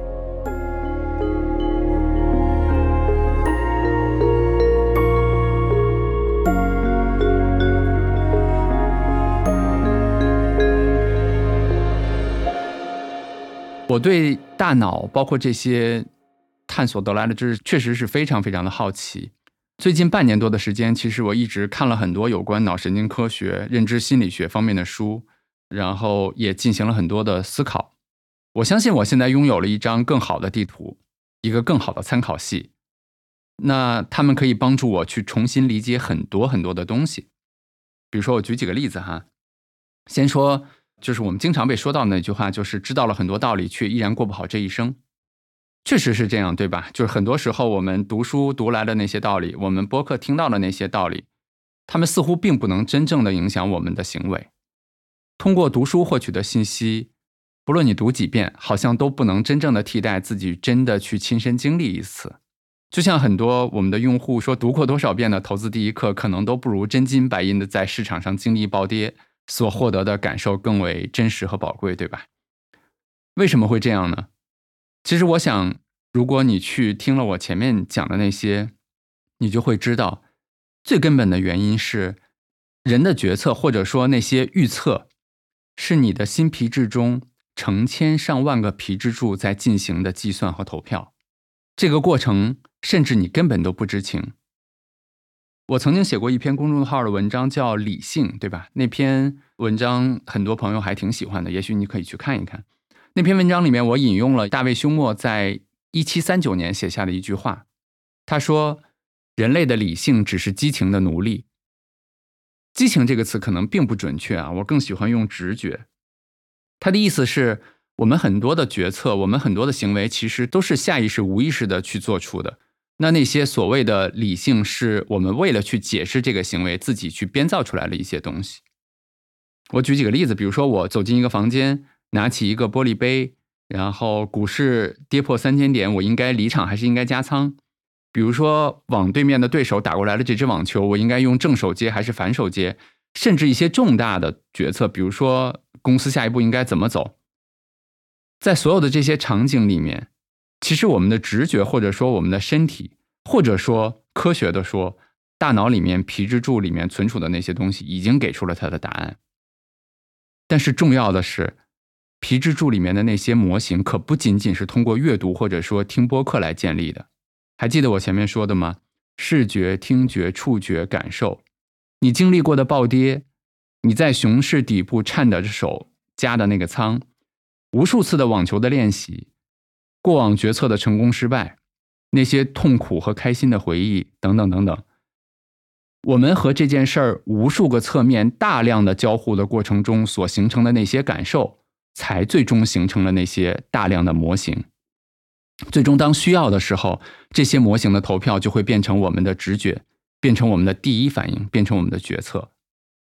我对大脑包括这些探索得来的知识确实是非常非常的好奇。最近半年多的时间，其实我一直看了很多有关脑神经科学、认知心理学方面的书，然后也进行了很多的思考。我相信我现在拥有了一张更好的地图，一个更好的参考系。那他们可以帮助我去重新理解很多很多的东西。比如说我举几个例子哈，先说就是我们经常被说到的那句话，就是知道了很多道理却依然过不好这一生。确实是这样，对吧？就是很多时候我们读书读来的那些道理，我们播客听到的那些道理，他们似乎并不能真正的影响我们的行为。通过读书获取的信息，不论你读几遍，好像都不能真正的替代自己真的去亲身经历一次。就像很多我们的用户说，读过多少遍的投资第一课，可能都不如真金白银的在市场上经历暴跌所获得的感受更为真实和宝贵，对吧？为什么会这样呢？其实我想，如果你去听了我前面讲的那些，你就会知道，最根本的原因是人的决策或者说那些预测，是你的新皮质中成千上万个皮质柱在进行的计算和投票。这个过程甚至你根本都不知情。我曾经写过一篇公众号的文章叫理性，对吧？那篇文章很多朋友还挺喜欢的，也许你可以去看一看。那篇文章里面我引用了大卫休谟在1739年写下的一句话，他说人类的理性只是激情的奴隶。激情这个词可能并不准确啊，我更喜欢用直觉。他的意思是我们很多的决策，我们很多的行为其实都是下意识无意识的去做出的，那些所谓的理性是我们为了去解释这个行为自己去编造出来的一些东西。我举几个例子，比如说我走进一个房间，拿起一个玻璃杯，然后股市跌破3000点，我应该离场还是应该加仓？比如说网对面的对手打过来的这支网球，我应该用正手接还是反手接？甚至一些重大的决策，比如说公司下一步应该怎么走？在所有的这些场景里面，其实我们的直觉或者说我们的身体，或者说科学的说，大脑里面皮质柱里面存储的那些东西已经给出了它的答案。但是重要的是，皮质柱里面的那些模型可不仅仅是通过阅读或者说听播客来建立的。还记得我前面说的吗？视觉、听觉、触觉、感受，你经历过的暴跌，你在熊市底部颤着手加的那个仓，无数次的网球的练习，过往决策的成功失败，那些痛苦和开心的回忆等等等等，我们和这件事儿无数个侧面大量的交互的过程中所形成的那些感受，才最终形成了那些大量的模型。最终当需要的时候，这些模型的投票就会变成我们的直觉，变成我们的第一反应，变成我们的决策。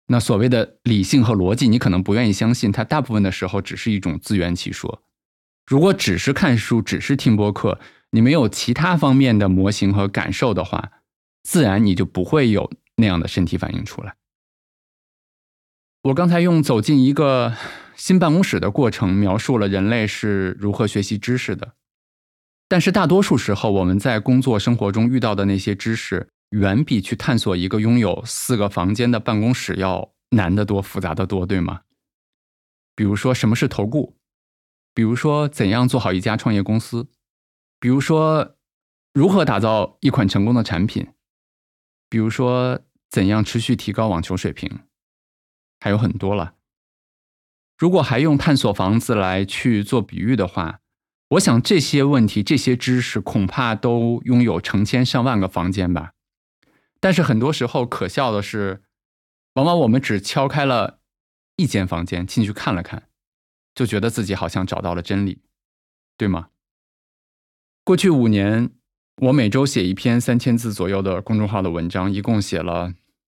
那所谓的理性和逻辑，你可能不愿意相信，它大部分的时候只是一种自圆其说。如果只是看书，只是听播客，你没有其他方面的模型和感受的话，自然你就不会有那样的身体反应出来。我刚才用走进一个新办公室的过程描述了人类是如何学习知识的，但是大多数时候我们在工作生活中遇到的那些知识，远比去探索一个拥有4个房间的办公室要难得多、复杂得多，对吗？比如说什么是投顾，比如说怎样做好一家创业公司，比如说如何打造一款成功的产品，比如说怎样持续提高网球水平，还有很多了。如果还用探索房子来去做比喻的话，我想这些问题、这些知识恐怕都拥有成千上万个房间吧。但是很多时候可笑的是，往往我们只敲开了一间房间，进去看了看，就觉得自己好像找到了真理，对吗？过去5年，我每周写一篇3000字左右的公众号的文章，一共写了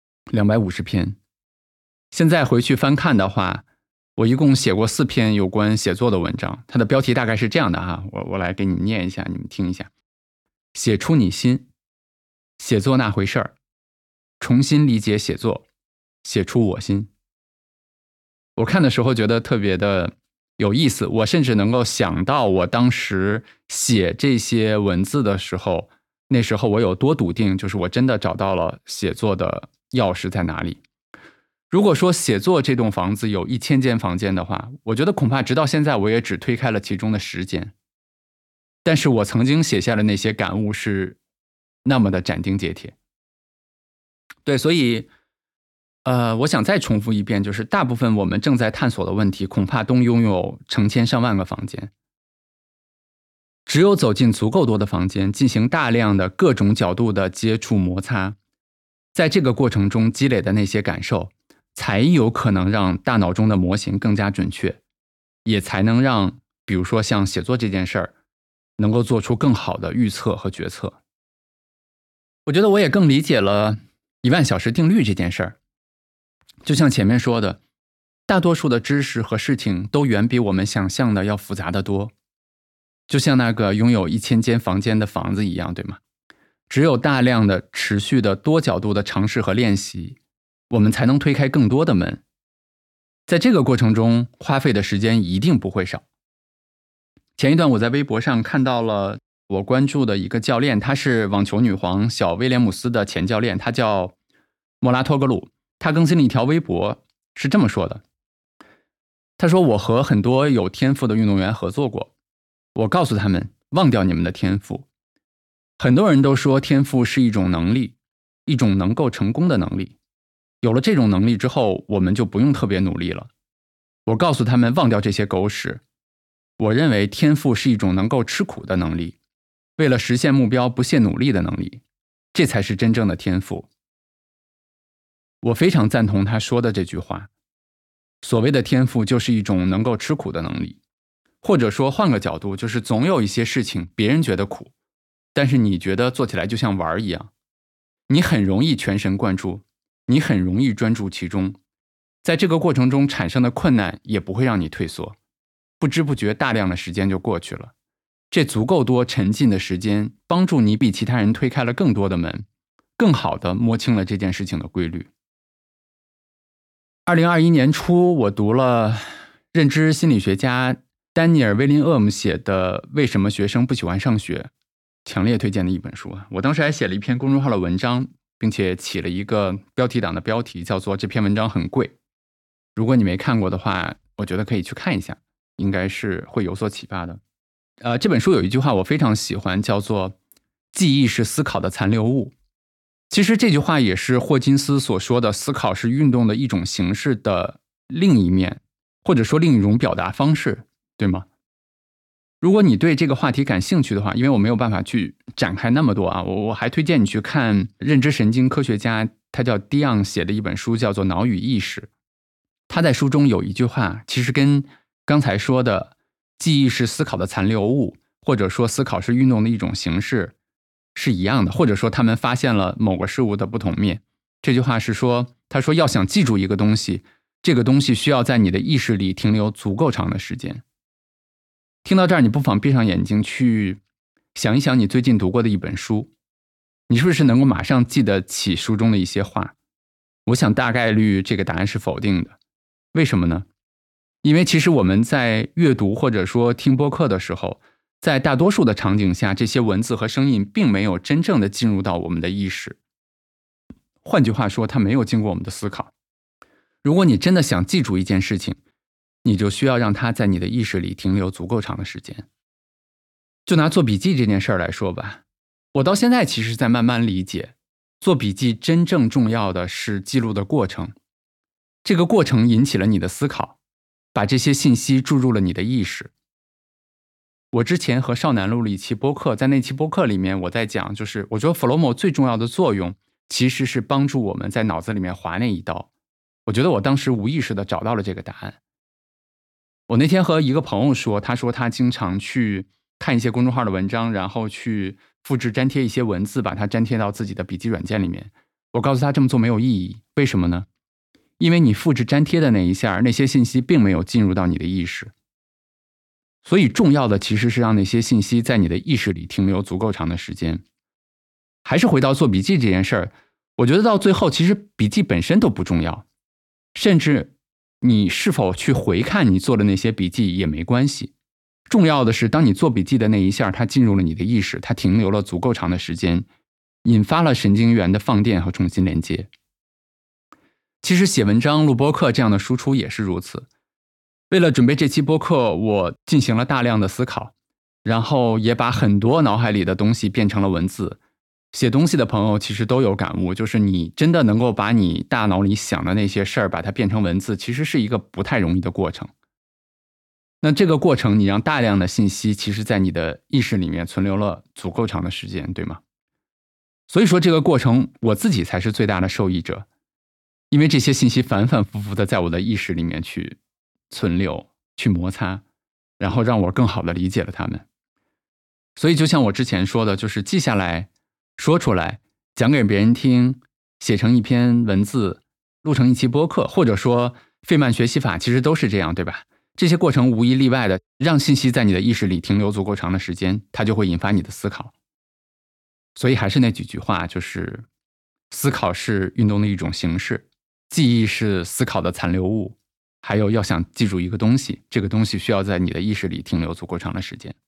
250篇。现在回去翻看的话，我一共写过4篇有关写作的文章，它的标题大概是这样的哈，我来给你们念一下，你们听一下。写出你心，写作那回事儿，重新理解写作，写出我心。我看的时候觉得特别的有意思，我甚至能够想到我当时写这些文字的时候，那时候我有多笃定，就是我真的找到了写作的钥匙在哪里。如果说写作这栋房子有1000间房间的话，我觉得恐怕直到现在我也只推开了其中的10间。但是我曾经写下的那些感悟是那么的斩钉截铁。对，所以我想再重复一遍，就是大部分我们正在探索的问题恐怕都拥有成千上万个房间。只有走进足够多的房间，进行大量的各种角度的接触摩擦，在这个过程中积累的那些感受，才有可能让大脑中的模型更加准确，也才能让比如说像写作这件事儿能够做出更好的预测和决策。我觉得我也更理解了10000小时定律这件事儿。就像前面说的，大多数的知识和事情都远比我们想象的要复杂得多。就像那个拥有1000间房间的房子一样，对吗？只有大量的持续的多角度的尝试和练习，我们才能推开更多的门。在这个过程中花费的时间一定不会少。前一段我在微博上看到了我关注的一个教练，他是网球女皇小威廉姆斯的前教练，他叫莫拉托格鲁。他更新了一条微博，是这么说的。他说，我和很多有天赋的运动员合作过，我告诉他们，忘掉你们的天赋。很多人都说天赋是一种能力，一种能够成功的能力。有了这种能力之后，我们就不用特别努力了。我告诉他们，忘掉这些狗屎。我认为天赋是一种能够吃苦的能力，为了实现目标不懈努力的能力，这才是真正的天赋。我非常赞同他说的这句话。所谓的天赋就是一种能够吃苦的能力，或者说换个角度，就是总有一些事情别人觉得苦，但是你觉得做起来就像玩一样，你很容易全神贯注，你很容易专注其中，在这个过程中产生的困难也不会让你退缩，不知不觉大量的时间就过去了。这足够多沉浸的时间，帮助你比其他人推开了更多的门，更好地摸清了这件事情的规律。2021年初，我读了认知心理学家丹尼尔·威林厄姆写的《为什么学生不喜欢上学》，强烈推荐的一本书。我当时还写了一篇公众号的文章，并且起了一个标题党的标题，叫做这篇文章很贵。如果你没看过的话，我觉得可以去看一下，应该是会有所启发的。这本书有一句话我非常喜欢，叫做记忆是思考的残留物。其实这句话也是霍金斯所说的思考是运动的一种形式的另一面，或者说另一种表达方式，对吗？如果你对这个话题感兴趣的话，因为我没有办法去展开那么多啊，我还推荐你去看认知神经科学家，他叫迪昂写的一本书，叫做《脑与意识》。他在书中有一句话，其实跟刚才说的记忆是思考的残留物，或者说思考是运动的一种形式是一样的，或者说他们发现了某个事物的不同面。这句话是说， 他说要想记住一个东西，这个东西需要在你的意识里停留足够长的时间。听到这儿，你不妨闭上眼睛去想一想你最近读过的一本书，你是不是能够马上记得起书中的一些话？我想大概率这个答案是否定的。为什么呢？因为其实我们在阅读或者说听播客的时候，在大多数的场景下，这些文字和声音并没有真正的进入到我们的意识。换句话说，它没有经过我们的思考。如果你真的想记住一件事情，你就需要让它在你的意识里停留足够长的时间。就拿做笔记这件事儿来说吧，我到现在其实在慢慢理解，做笔记真正重要的是记录的过程。这个过程引起了你的思考，把这些信息注入了你的意识。我之前和少南录了一期播客，在那期播客里面我在讲，就是我觉得 Flomo 最重要的作用其实是帮助我们在脑子里面划那一刀。我觉得我当时无意识地找到了这个答案。我那天和一个朋友说，他说他经常去看一些公众号的文章，然后去复制粘贴一些文字，把它粘贴到自己的笔记软件里面。我告诉他这么做没有意义，为什么呢？因为你复制粘贴的那一下，那些信息并没有进入到你的意识。所以重要的其实是让那些信息在你的意识里停留足够长的时间。还是回到做笔记这件事儿，我觉得到最后其实笔记本身都不重要，甚至你是否去回看你做的那些笔记也没关系。重要的是当你做笔记的那一下，它进入了你的意识，它停留了足够长的时间，引发了神经元的放电和重新连接。其实写文章、录播客这样的输出也是如此。为了准备这期播客，我进行了大量的思考，然后也把很多脑海里的东西变成了文字。写东西的朋友其实都有感悟，就是你真的能够把你大脑里想的那些事儿把它变成文字，其实是一个不太容易的过程。那这个过程你让大量的信息其实在你的意识里面存留了足够长的时间，对吗？所以说这个过程我自己才是最大的受益者，因为这些信息反反复复的在我的意识里面去存留，去摩擦，然后让我更好的理解了它们。所以就像我之前说的，就是记下来，说出来，讲给别人听，写成一篇文字，录成一期播客，或者说费曼学习法，其实都是这样，对吧？这些过程无一例外的让信息在你的意识里停留足够长的时间，它就会引发你的思考。所以还是那几句话，就是思考是运动的一种形式，记忆是思考的残留物，还有要想记住一个东西，这个东西需要在你的意识里停留足够长的时间。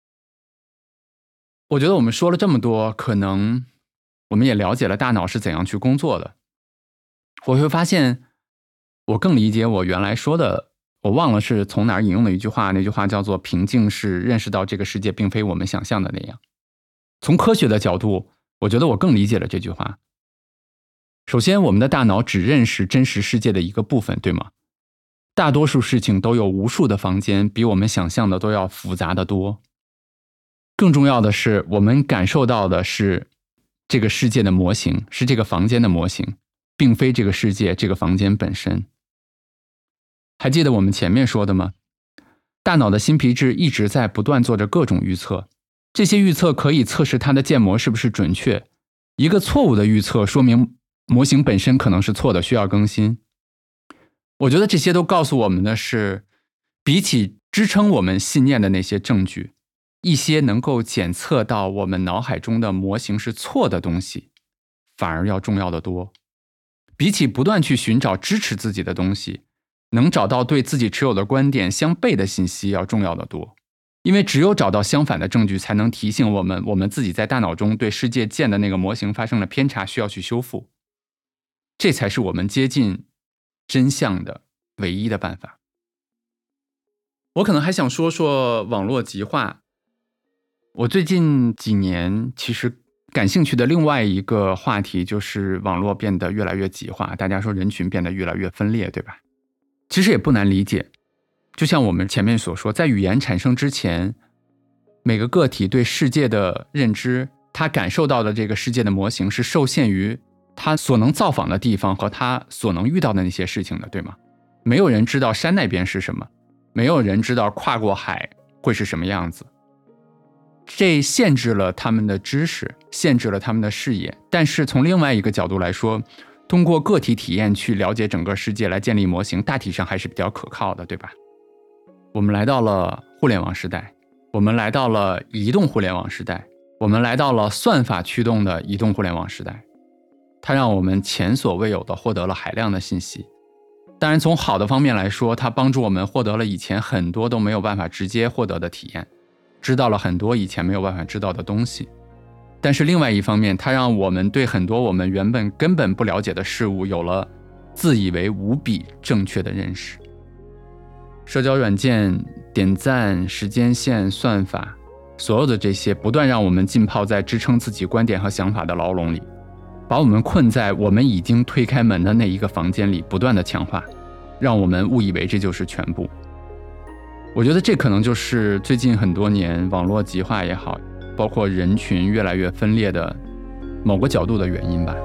我觉得我们说了这么多，可能我们也了解了大脑是怎样去工作的。我会发现我更理解我原来说的，我忘了是从哪儿引用的一句话，那句话叫做平静是认识到这个世界并非我们想象的那样。从科学的角度，我觉得我更理解了这句话。首先，我们的大脑只认识真实世界的一个部分，对吗？大多数事情都有无数的房间，比我们想象的都要复杂得多。更重要的是，我们感受到的是这个世界的模型，是这个房间的模型，并非这个世界、这个房间本身。还记得我们前面说的吗？大脑的新皮质一直在不断做着各种预测，这些预测可以测试它的建模是不是准确。一个错误的预测说明模型本身可能是错的，需要更新。我觉得这些都告诉我们的是，比起支撑我们信念的那些证据，一些能够检测到我们脑海中的模型是错的东西，反而要重要得多。比起不断去寻找支持自己的东西，能找到对自己持有的观点相悖的信息要重要得多。因为只有找到相反的证据，才能提醒我们自己在大脑中对世界建的那个模型发生了偏差，需要去修复。这才是我们接近真相的唯一的办法。我可能还想说说网络极化。我最近几年其实感兴趣的另外一个话题就是网络变得越来越极化，大家说人群变得越来越分裂，对吧？其实也不难理解，就像我们前面所说，在语言产生之前，每个个体对世界的认知，他感受到的这个世界的模型是受限于他所能造访的地方和他所能遇到的那些事情的，对吗？没有人知道山那边是什么，没有人知道跨过海会是什么样子。这限制了他们的知识，限制了他们的视野。但是从另外一个角度来说， 通过个体体验去了解整个世界来建立模型，大体上还是比较可靠的，对吧？我们来到了互联网时代，我们来到了移动互联网时代，我们来到了算法驱动的移动互联网时代，它让我们前所未有的获得了海量的信息。当然从好的方面来说，它帮助我们获得了以前很多都没有办法直接获得的体验，知道了很多以前没有办法知道的东西。但是另外一方面，它让我们对很多我们原本根本不了解的事物有了自以为无比正确的认识。社交软件、点赞、时间线、算法，所有的这些不断让我们浸泡在支撑自己观点和想法的牢笼里，把我们困在我们已经推开门的那一个房间里，不断的强化，让我们误以为这就是全部。我觉得这可能就是最近很多年网络极化也好，包括人群越来越分裂的某个角度的原因吧。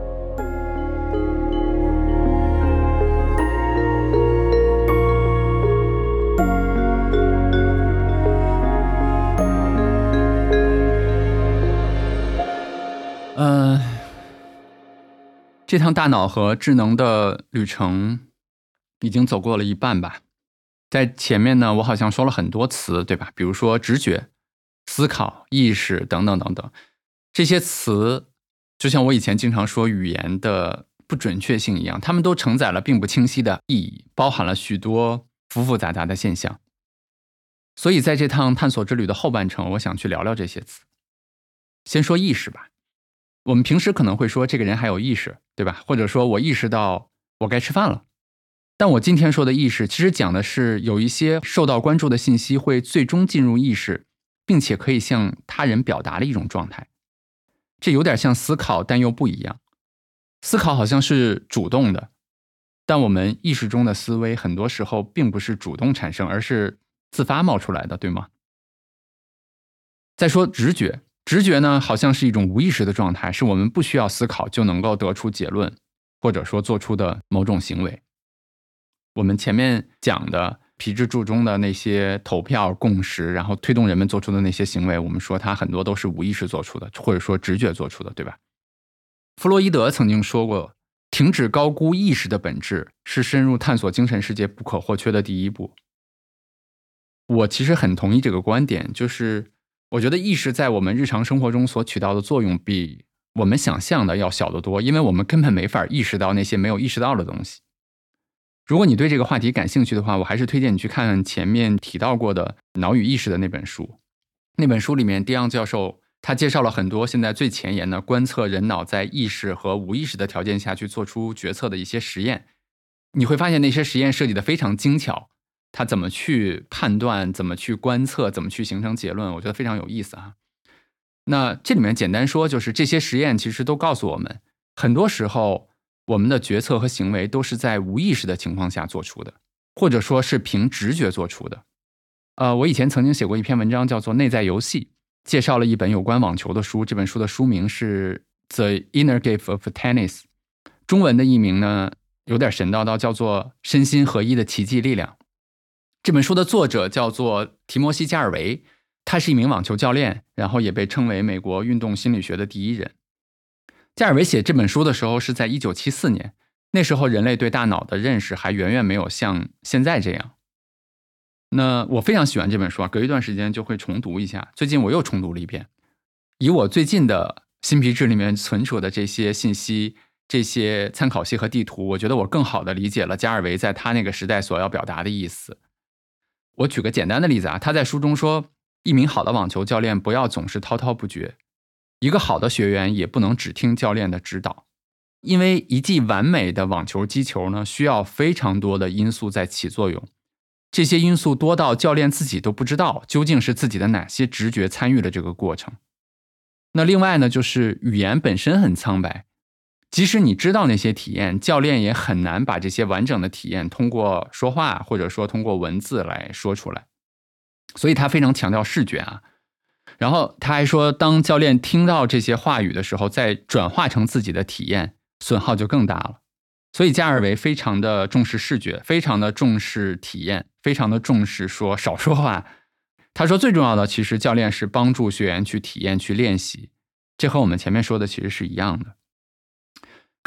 这趟大脑和智能的旅程已经走过了一半吧。在前面呢，我好像说了很多词，对吧？比如说直觉、思考、意识等等等等，这些词就像我以前经常说语言的不准确性一样，它们都承载了并不清晰的意义，包含了许多复复杂杂的现象。所以在这趟探索之旅的后半程，我想去聊聊这些词。先说意识吧。我们平时可能会说这个人还有意识，对吧？或者说我意识到我该吃饭了。但我今天说的意识其实讲的是有一些受到关注的信息会最终进入意识，并且可以向他人表达的一种状态。这有点像思考，但又不一样。思考好像是主动的，但我们意识中的思维很多时候并不是主动产生，而是自发冒出来的，对吗？再说直觉，直觉呢好像是一种无意识的状态，是我们不需要思考就能够得出结论，或者说做出的某种行为。我们前面讲的皮质柱中的那些投票共识，然后推动人们做出的那些行为，我们说它很多都是无意识做出的，或者说直觉做出的，对吧？弗洛伊德曾经说过，停止高估意识的本质是深入探索精神世界不可或缺的第一步。我其实很同意这个观点，就是我觉得意识在我们日常生活中所起到的作用比我们想象的要小得多，因为我们根本没法意识到那些没有意识到的东西。如果你对这个话题感兴趣的话，我还是推荐你去看看前面提到过的《脑与意识》的那本书。那本书里面，迪昂教授他介绍了很多现在最前沿的观测人脑在意识和无意识的条件下去做出决策的一些实验。你会发现那些实验设计的非常精巧，他怎么去判断，怎么去观测，怎么去形成结论，我觉得非常有意思啊。那这里面简单说，就是这些实验其实都告诉我们，很多时候我们的决策和行为都是在无意识的情况下做出的，或者说是凭直觉做出的。我以前曾经写过一篇文章叫做《内在游戏》，介绍了一本有关网球的书，这本书的书名是 The Inner Game of Tennis， 中文的译名呢有点神叨叨，叫做身心合一的奇迹力量。这本书的作者叫做提摩西·加尔维，他是一名网球教练，然后也被称为美国运动心理学的第一人。加尔维写这本书的时候是在1974年，那时候人类对大脑的认识还远远没有像现在这样。那我非常喜欢这本书啊，隔一段时间就会重读一下。最近我又重读了一遍，以我最近的新皮质里面存储的这些信息、这些参考系和地图，我觉得我更好地理解了加尔维在他那个时代所要表达的意思。我举个简单的例子啊，他在书中说，一名好的网球教练不要总是滔滔不绝，一个好的学员也不能只听教练的指导，因为一记完美的网球击球呢，需要非常多的因素在起作用，这些因素多到教练自己都不知道究竟是自己的哪些直觉参与了这个过程。那另外呢，就是语言本身很苍白，即使你知道那些体验，教练也很难把这些完整的体验通过说话或者说通过文字来说出来，所以他非常强调视觉啊。然后他还说，当教练听到这些话语的时候，再转化成自己的体验，损耗就更大了。所以加尔维非常的重视视觉，非常的重视体验，非常的重视说少说话。他说最重要的其实教练是帮助学员去体验去练习，这和我们前面说的其实是一样的。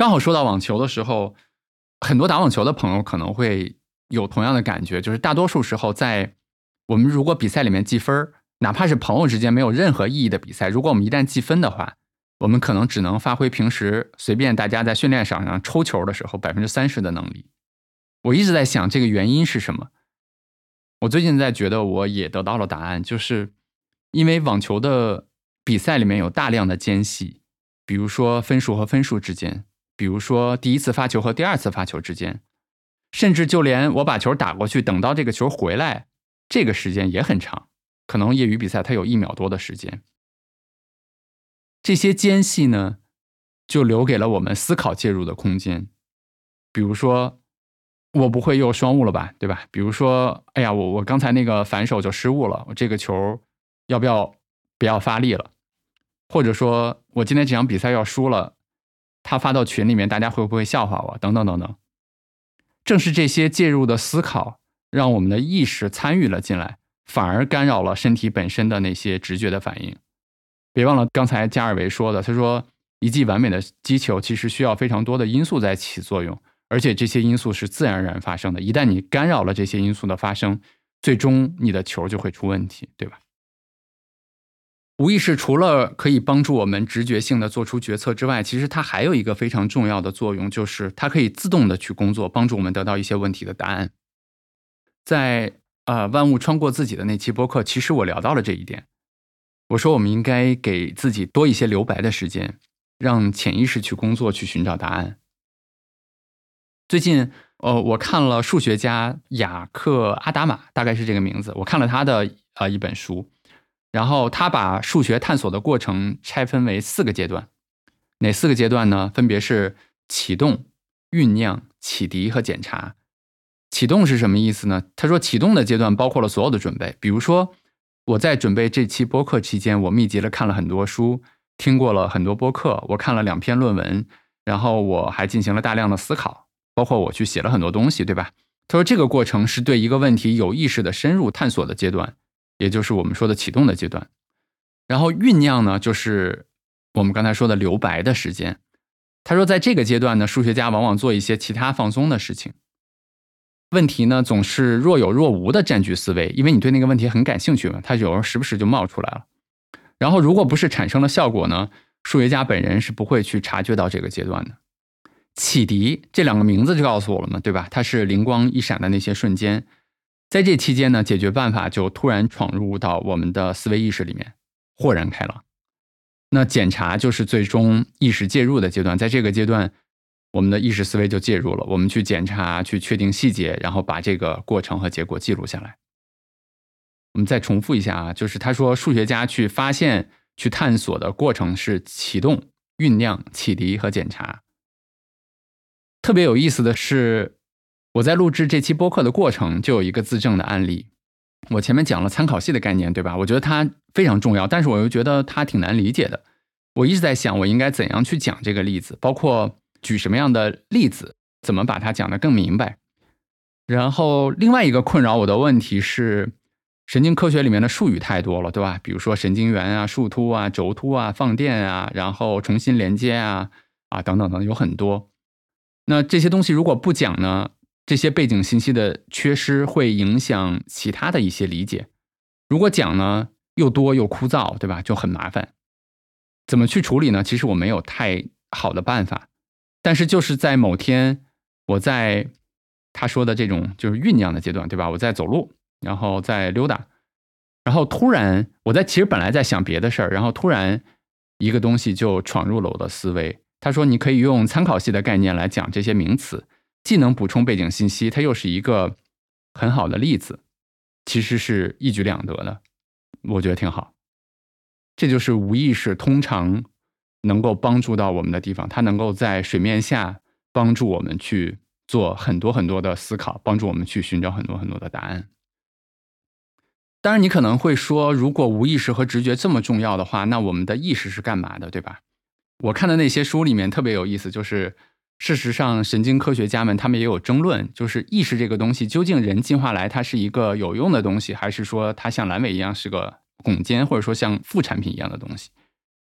刚好说到网球的时候，很多打网球的朋友可能会有同样的感觉，就是大多数时候在我们如果比赛里面计分，哪怕是朋友之间没有任何意义的比赛，如果我们一旦计分的话，我们可能只能发挥平时随便大家在训练场上抽球的时候30%的能力。我一直在想这个原因是什么。我最近在觉得我也得到了答案，就是因为网球的比赛里面有大量的间隙，比如说分数和分数之间，比如说第一次发球和第二次发球之间，甚至就连我把球打过去等到这个球回来，这个时间也很长，可能业余比赛它有1秒多的时间。这些间隙呢，就留给了我们思考介入的空间。比如说我不会又双误了吧，对吧？比如说哎呀，我刚才那个反手就失误了，我这个球要不要发力了？或者说我今天这场比赛要输了，他发到群里面大家会不会笑话我，等等等等。正是这些介入的思考让我们的意识参与了进来，反而干扰了身体本身的那些直觉的反应。别忘了刚才加尔维说的，他说一记完美的击球其实需要非常多的因素在起作用，而且这些因素是自然而然发生的，一旦你干扰了这些因素的发生，最终你的球就会出问题，对吧？无意识除了可以帮助我们直觉性的做出决策之外，其实它还有一个非常重要的作用，就是它可以自动的去工作，帮助我们得到一些问题的答案。在万物穿过自己的那期播客，其实我聊到了这一点。我说我们应该给自己多一些留白的时间，让潜意识去工作，去寻找答案。最近我看了数学家雅克·阿达玛，大概是这个名字，我看了他的一本书，然后他把数学探索的过程拆分为4个阶段。哪4个阶段呢？分别是启动、酝酿、启迪和检查。启动是什么意思呢？他说启动的阶段包括了所有的准备，比如说我在准备这期播客期间，我密集了看了很多书，听过了很多播客，我看了2篇论文，然后我还进行了大量的思考，包括我去写了很多东西，对吧？他说这个过程是对一个问题有意识的深入探索的阶段，也就是我们说的启动的阶段。然后酝酿呢，就是我们刚才说的留白的时间。他说在这个阶段呢，数学家往往做一些其他放松的事情。问题呢总是若有若无的占据思维，因为你对那个问题很感兴趣嘛，它有时候时不时就冒出来了。然后如果不是产生了效果呢，数学家本人是不会去察觉到这个阶段的。启迪这2个名字就告诉我了嘛，对吧？它是灵光一闪的那些瞬间，在这期间呢，解决办法就突然闯入到我们的思维意识里面，豁然开朗。那检查就是最终意识介入的阶段，在这个阶段我们的意识思维就介入了，我们去检查，去确定细节，然后把这个过程和结果记录下来。我们再重复一下啊，就是他说数学家去发现、去探索的过程是启动、酝酿、启迪和检查。特别有意思的是，我在录制这期播客的过程就有一个自证的案例。我前面讲了参考系的概念，对吧？我觉得它非常重要，但是我又觉得它挺难理解的。我一直在想我应该怎样去讲这个例子，包括举什么样的例子，怎么把它讲得更明白。然后另外一个困扰我的问题是，神经科学里面的术语太多了，对吧？比如说神经元啊、树突啊、轴突啊、放电啊，然后重新连接啊等等等，有很多。那这些东西如果不讲呢，这些背景信息的缺失会影响其他的一些理解。如果讲呢，又多又枯燥，对吧？就很麻烦。怎么去处理呢？其实我没有太好的办法。但是就是在某天，我在他说的这种就是酝酿的阶段，对吧？我在走路，然后在溜达，然后突然其实本来在想别的事儿，然后突然一个东西就闯入了我的思维。他说你可以用参考系的概念来讲这些名词，既能补充背景信息，它又是一个很好的例子，其实是一举两得的，我觉得挺好。这就是无意识通常能够帮助到我们的地方，它能够在水面下帮助我们去做很多很多的思考，帮助我们去寻找很多很多的答案。当然你可能会说，如果无意识和直觉这么重要的话，那我们的意识是干嘛的，对吧？我看的那些书里面特别有意思，就是事实上神经科学家们他们也有争论，就是意识这个东西究竟人进化来它是一个有用的东西，还是说它像阑尾一样是个拱肩，或者说像副产品一样的东西。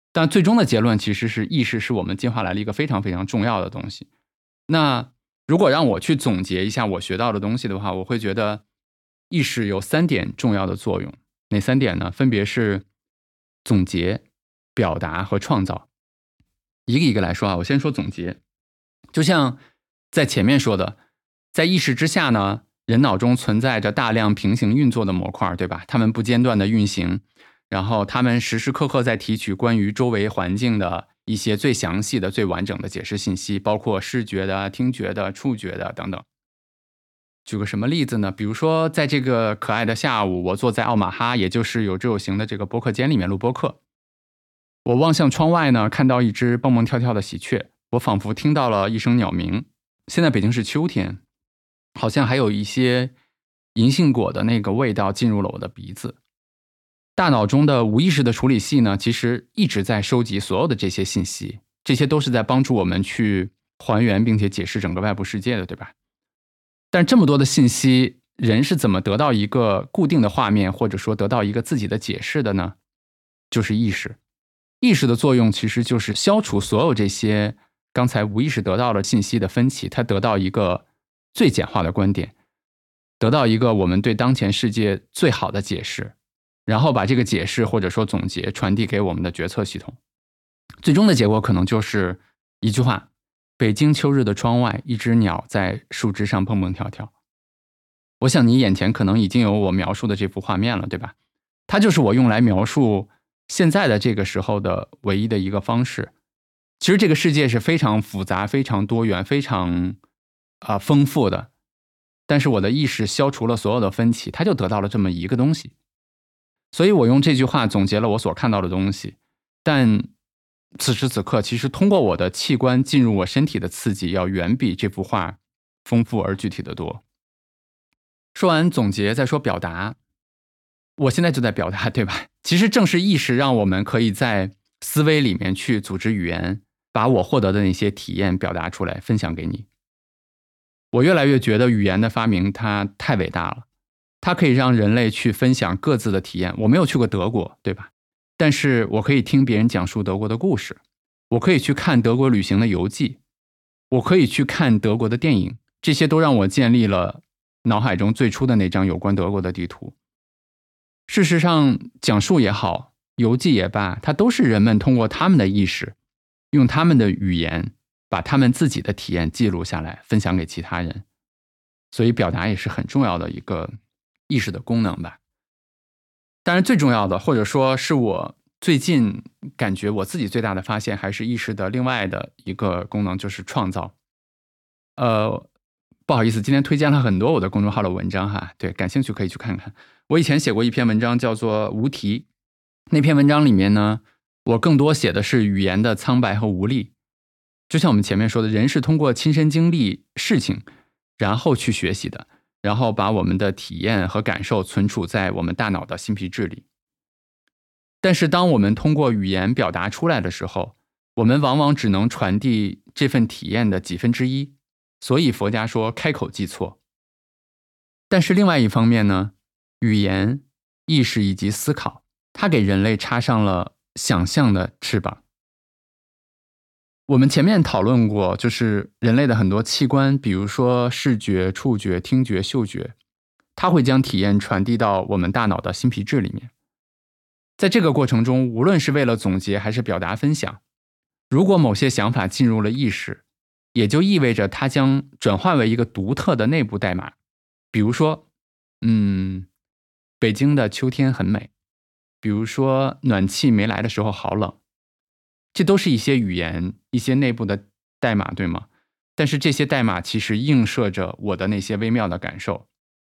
但最终的结论其实是意识是我们进化来了一个非常非常重要的东西。那如果让我去总结一下我学到的东西的话，我会觉得意识有3点重要的作用。哪3点呢？分别是总结、表达和创造。一个一个来说啊，我先说总结。就像在前面说的，在意识之下呢，人脑中存在着大量平行运作的模块，对吧？它们不间断的运行，然后它们时时刻刻在提取关于周围环境的一些最详细的、最完整的解释信息，包括视觉的、听觉的、触觉的等等。举个什么例子呢？比如说，在这个可爱的下午，我坐在奥马哈，也就是有知有行的这个播客间里面录播客。我望向窗外呢，看到一只蹦蹦跳跳的喜鹊，我仿佛听到了一声鸟鸣。现在北京是秋天，好像还有一些银杏果的那个味道进入了我的鼻子。大脑中的无意识的处理器呢，其实一直在收集所有的这些信息，这些都是在帮助我们去还原并且解释整个外部世界的，对吧？但这么多的信息，人是怎么得到一个固定的画面，或者说得到一个自己的解释的呢？就是意识。意识的作用其实就是消除所有这些刚才无意识得到的信息的分歧，它得到一个最简化的观点，得到一个我们对当前世界最好的解释，然后把这个解释或者说总结传递给我们的决策系统。最终的结果可能就是一句话：北京秋日的窗外，一只鸟在树枝上蹦蹦跳跳。我想你眼前可能已经有我描述的这幅画面了，对吧？它就是我用来描述现在的这个时候的唯一的一个方式。其实这个世界是非常复杂、非常多元、非常丰富的，但是我的意识消除了所有的分歧，它就得到了这么一个东西。所以我用这句话总结了我所看到的东西，但此时此刻，其实通过我的器官进入我身体的刺激，要远比这幅画丰富而具体的多。说完总结，再说表达。我现在就在表达，对吧？其实正是意识让我们可以在思维里面去组织语言，把我获得的那些体验表达出来，分享给你。我越来越觉得语言的发明它太伟大了，它可以让人类去分享各自的体验。我没有去过德国，对吧？但是我可以听别人讲述德国的故事，我可以去看德国旅行的游记，我可以去看德国的电影，这些都让我建立了脑海中最初的那张有关德国的地图。事实上，讲述也好，游记也罢，它都是人们通过他们的意识，用他们的语言，把他们自己的体验记录下来，分享给其他人。所以表达也是很重要的一个意识的功能吧。当然最重要的，或者说是我最近感觉我自己最大的发现，还是意识的另外的一个功能，就是创造。不好意思，今天推荐了很多我的公众号的文章哈，对，感兴趣可以去看看。我以前写过一篇文章叫做无题，那篇文章里面呢，我更多写的是语言的苍白和无力。就像我们前面说的，人是通过亲身经历事情，然后去学习的，然后把我们的体验和感受存储在我们大脑的新皮质里。但是当我们通过语言表达出来的时候，我们往往只能传递这份体验的1/10，所以佛家说开口即错。但是另外一方面呢，语言、意识以及思考，它给人类插上了想象的翅膀。我们前面讨论过，就是人类的很多器官，比如说视觉、触觉、听觉、嗅觉，它会将体验传递到我们大脑的新皮质里面。在这个过程中，无论是为了总结还是表达分享，如果某些想法进入了意识，也就意味着它将转化为一个独特的内部代码。比如说，北京的秋天很美，比如说暖气没来的时候好冷，这都是一些语言，一些内部的代码，对吗？但是这些代码其实映射着我的那些微妙的感受。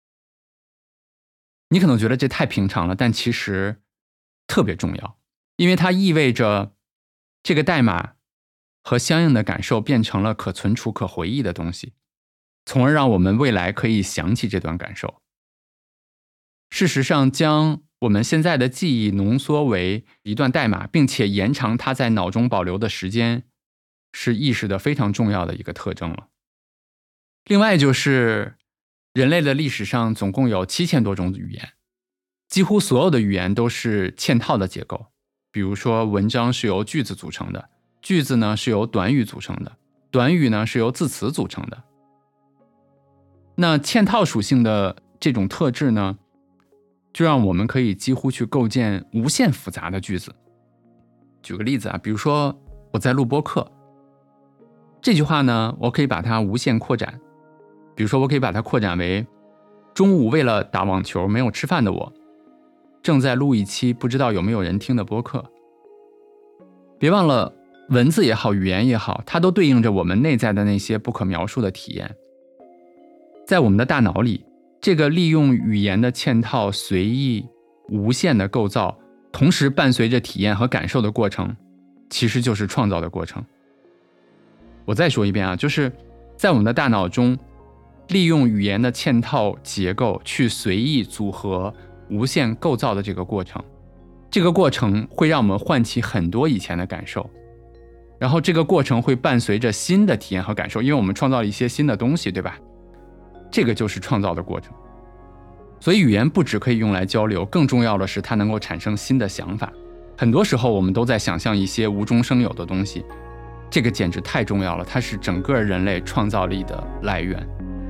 你可能觉得这太平常了，但其实特别重要，因为它意味着这个代码和相应的感受变成了可存储、可回忆的东西，从而让我们未来可以想起这段感受。事实上，将我们现在的记忆浓缩为一段代码，并且延长它在脑中保留的时间，是意识的非常重要的一个特征了。另外就是人类的历史上总共有7000多种语言，几乎所有的语言都是嵌套的结构。 比如说文章是由句子组成的，句子呢是由短语组成的，短语呢是由字词组成的。那嵌套属性的这种特质呢，就让我们可以几乎去构建无限复杂的句子。举个例子啊，比如说我在录播课，这句话呢，我可以把它无限扩展。比如说我可以把它扩展为中午为了打网球没有吃饭的我，正在录一期不知道有没有人听的播客。别忘了，文字也好，语言也好，它都对应着我们内在的那些不可描述的体验。在我们的大脑里，这个利用语言的嵌套随意无限的构造，同时伴随着体验和感受的过程，其实就是创造的过程。我再说一遍啊，就是在我们的大脑中，利用语言的嵌套结构去随意组合无限构造的这个过程，这个过程会让我们唤起很多以前的感受，然后这个过程会伴随着新的体验和感受，因为我们创造了一些新的东西，对吧？这个就是创造的过程。所以语言不只可以用来交流，更重要的是它能够产生新的想法。很多时候我们都在想象一些无中生有的东西，这个简直太重要了，它是整个人类创造力的来源。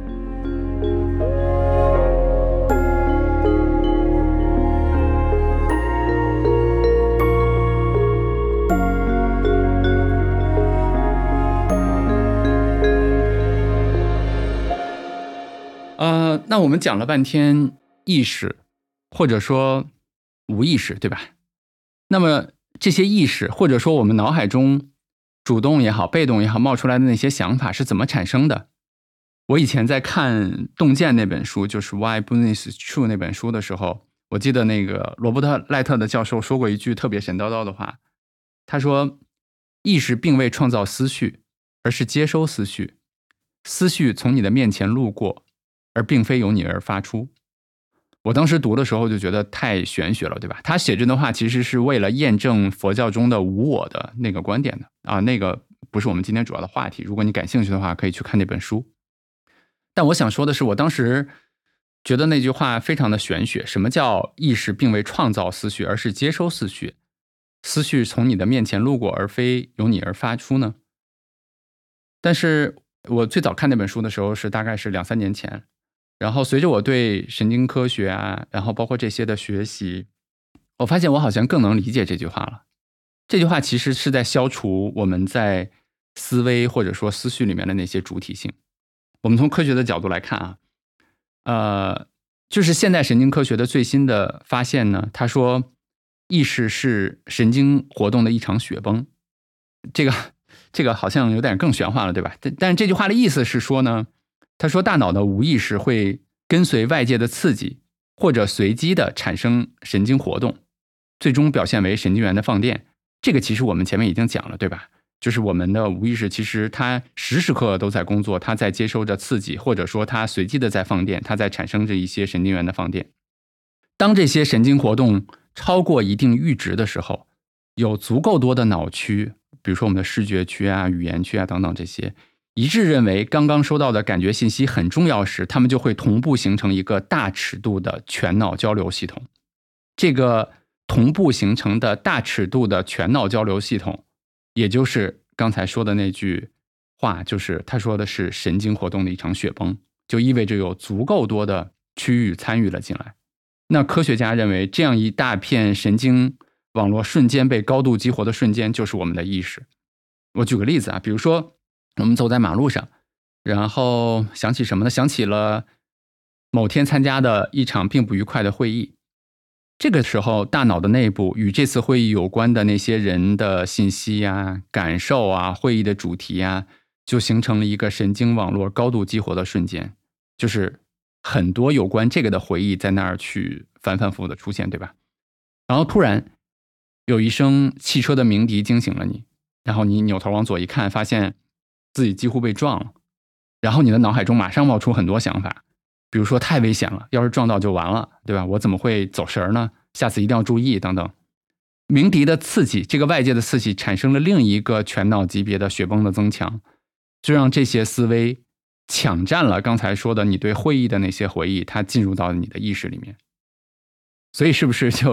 那我们讲了半天意识，或者说无意识，对吧？那么这些意识，或者说我们脑海中主动也好，被动也好冒出来的那些想法是怎么产生的？我以前在看《洞见》那本书，就是 Why Business is True 那本书的时候，我记得那个罗伯特·赖特的教授说过一句特别神叨叨的话，他说，意识并未创造思绪，而是接收思绪，思绪从你的面前路过，而并非由你而发出。我当时读的时候就觉得太玄学了，对吧？他写这段话其实是为了验证佛教中的无我的那个观点的啊，那个不是我们今天主要的话题。如果你感兴趣的话，可以去看那本书。但我想说的是，我当时觉得那句话非常的玄学。什么叫意识并未创造思绪，而是接收思绪？思绪从你的面前路过，而非由你而发出呢？但是我最早看那本书的时候是大概是2-3年前，然后随着我对神经科学啊，然后包括这些的学习，我发现我好像更能理解这句话了。这句话其实是在消除我们在思维或者说思绪里面的那些主体性。我们从科学的角度来看啊，就是现代神经科学的最新的发现呢，他说意识是神经活动的一场雪崩。这个好像有点更玄幻了，对吧？但是这句话的意思是说呢，他说大脑的无意识会跟随外界的刺激，或者随机的产生神经活动，最终表现为神经元的放电。这个其实我们前面已经讲了，对吧？就是我们的无意识其实它时时刻刻都在工作，它在接收着刺激，或者说它随机的在放电，它在产生着一些神经元的放电。当这些神经活动超过一定阈值的时候，有足够多的脑区，比如说我们的视觉区啊、语言区啊等等这些，一致认为刚刚收到的感觉信息很重要时，它们就会同步形成一个大尺度的全脑交流系统。这个同步形成的大尺度的全脑交流系统，也就是刚才说的那句话，就是他说的是神经活动的一场雪崩，就意味着有足够多的区域参与了进来。那科学家认为，这样一大片神经网络瞬间被高度激活的瞬间，就是我们的意识。我举个例子啊，比如说我们走在马路上，然后想起什么呢？想起了某天参加的一场并不愉快的会议。这个时候，大脑的内部与这次会议有关的那些人的信息啊、感受啊、会议的主题啊，就形成了一个神经网络高度激活的瞬间，就是很多有关这个的回忆在那儿去反反复复的出现，对吧？然后突然有一声汽车的鸣笛惊醒了你，然后你扭头往左一看，发现自己几乎被撞了，然后你的脑海中马上冒出很多想法，比如说太危险了，要是撞到就完了，对吧？我怎么会走神呢？下次一定要注意等等。鸣笛的刺激，这个外界的刺激产生了另一个全脑级别的雪崩的增强，就让这些思维抢占了刚才说的你对会议的那些回忆，它进入到你的意识里面。所以是不是就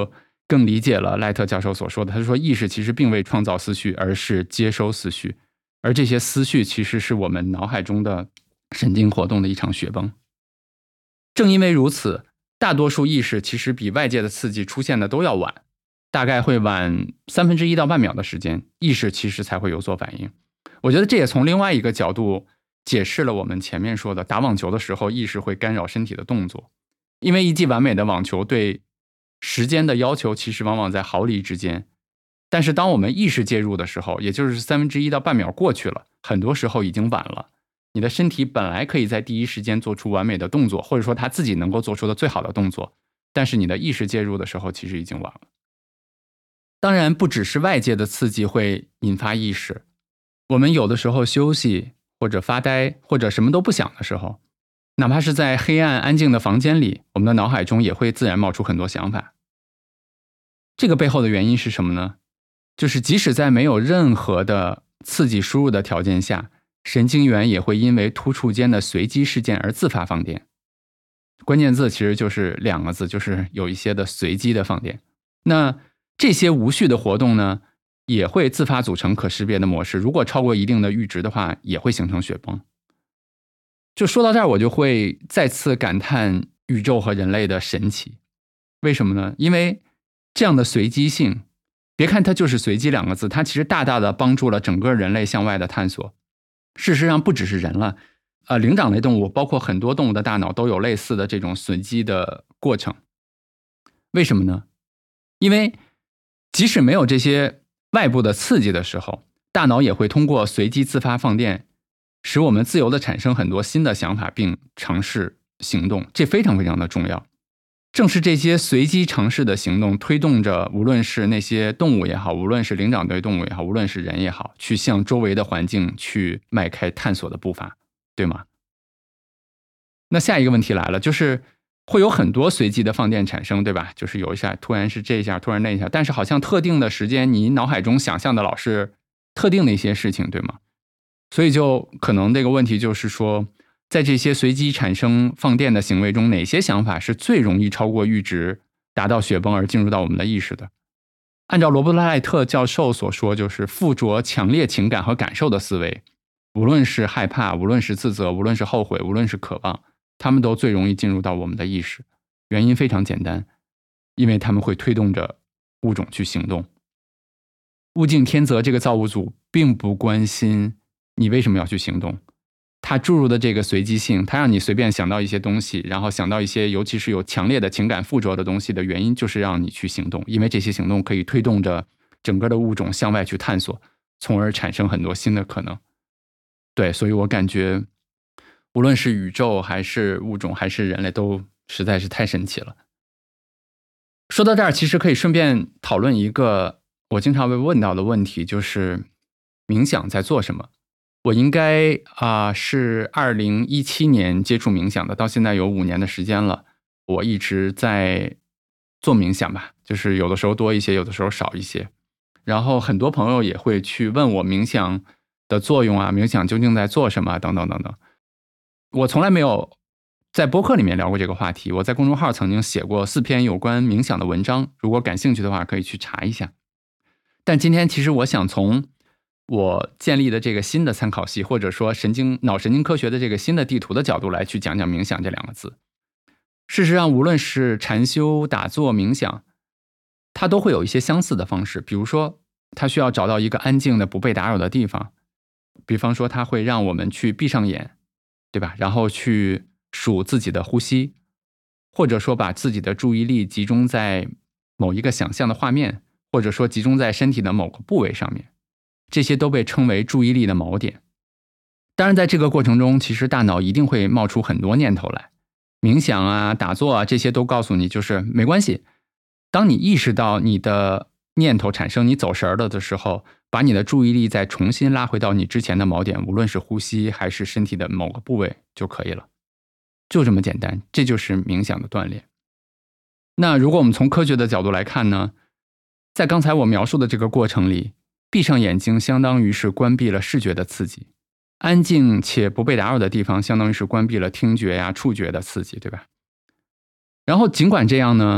更理解了赖特教授所说的，他说意识其实并未创造思绪，而是接收思绪，而这些思绪其实是我们脑海中的神经活动的一场雪崩。正因为如此，大多数意识其实比外界的刺激出现的都要晚，大概会晚1/3到半秒的时间，意识其实才会有所反应。我觉得这也从另外一个角度解释了我们前面说的打网球的时候意识会干扰身体的动作。因为一记完美的网球对时间的要求其实往往在毫厘之间，但是当我们意识介入的时候，也就是1/3到半秒过去了，很多时候已经晚了。你的身体本来可以在第一时间做出完美的动作，或者说他自己能够做出的最好的动作，但是你的意识介入的时候其实已经晚了。当然不只是外界的刺激会引发意识，我们有的时候休息或者发呆或者什么都不想的时候，哪怕是在黑暗安静的房间里，我们的脑海中也会自然冒出很多想法。这个背后的原因是什么呢？就是即使在没有任何的刺激输入的条件下，神经元也会因为突触间的随机事件而自发放电。关键字其实就是2个字，就是有一些的随机的放电。那这些无序的活动呢，也会自发组成可识别的模式，如果超过一定的阈值的话，也会形成雪崩。就说到这儿，我就会再次感叹宇宙和人类的神奇。为什么呢？因为这样的随机性，别看它就是随机2个字，它其实大大的帮助了整个人类向外的探索。事实上不只是人了，灵长类动物包括很多动物的大脑都有类似的这种随机的过程。为什么呢？因为即使没有这些外部的刺激的时候，大脑也会通过随机自发放电，使我们自由的产生很多新的想法并尝试行动，这非常非常的重要。正是这些随机尝试的行动推动着无论是那些动物也好，无论是灵长类动物也好，无论是人也好，去向周围的环境去迈开探索的步伐，对吗？那下一个问题来了，就是会有很多随机的放电产生，对吧？就是有一下突然是这一下，突然那一下，但是好像特定的时间你脑海中想象的老是特定的一些事情，对吗？所以就可能这个问题就是说，在这些随机产生放电的行为中，哪些想法是最容易超过阈值达到雪崩而进入到我们的意识的？按照罗伯特·赖特教授所说，就是附着强烈情感和感受的思维，无论是害怕，无论是自责，无论是后悔，无论是渴望，他们都最容易进入到我们的意识。原因非常简单，因为他们会推动着物种去行动。物竞天择这个造物主并不关心你为什么要去行动，他注入的这个随机性，他让你随便想到一些东西，然后想到一些尤其是有强烈的情感附着的东西的原因，就是让你去行动，因为这些行动可以推动着整个的物种向外去探索，从而产生很多新的可能。对，所以我感觉无论是宇宙还是物种还是人类都实在是太神奇了。说到这儿，其实可以顺便讨论一个我经常被问到的问题，就是冥想在做什么？我应该是2017年接触冥想的，到现在有5年的时间了。我一直在做冥想吧，就是有的时候多一些，有的时候少一些。然后很多朋友也会去问我冥想的作用啊，冥想究竟在做什么等等等等。我从来没有在播客里面聊过这个话题，我在公众号曾经写过4篇有关冥想的文章，如果感兴趣的话可以去查一下。但今天其实我想从我建立的这个新的参考系，或者说脑神经科学的这个新的地图的角度来去讲讲冥想这2个字。事实上无论是禅修、打坐、冥想，它都会有一些相似的方式，比如说它需要找到一个安静的不被打扰的地方，比方说它会让我们去闭上眼，对吧？然后去数自己的呼吸，或者说把自己的注意力集中在某一个想象的画面，或者说集中在身体的某个部位上面，这些都被称为注意力的锚点。当然在这个过程中，其实大脑一定会冒出很多念头来，冥想啊、打坐啊，这些都告诉你就是没关系。当你意识到你的念头产生你走神了的时候，把你的注意力再重新拉回到你之前的锚点，无论是呼吸还是身体的某个部位就可以了。就这么简单，这就是冥想的锻炼。那如果我们从科学的角度来看呢，在刚才我描述的这个过程里，闭上眼睛相当于是关闭了视觉的刺激，安静且不被打扰的地方相当于是关闭了听觉呀、触觉的刺激，对吧？然后尽管这样呢，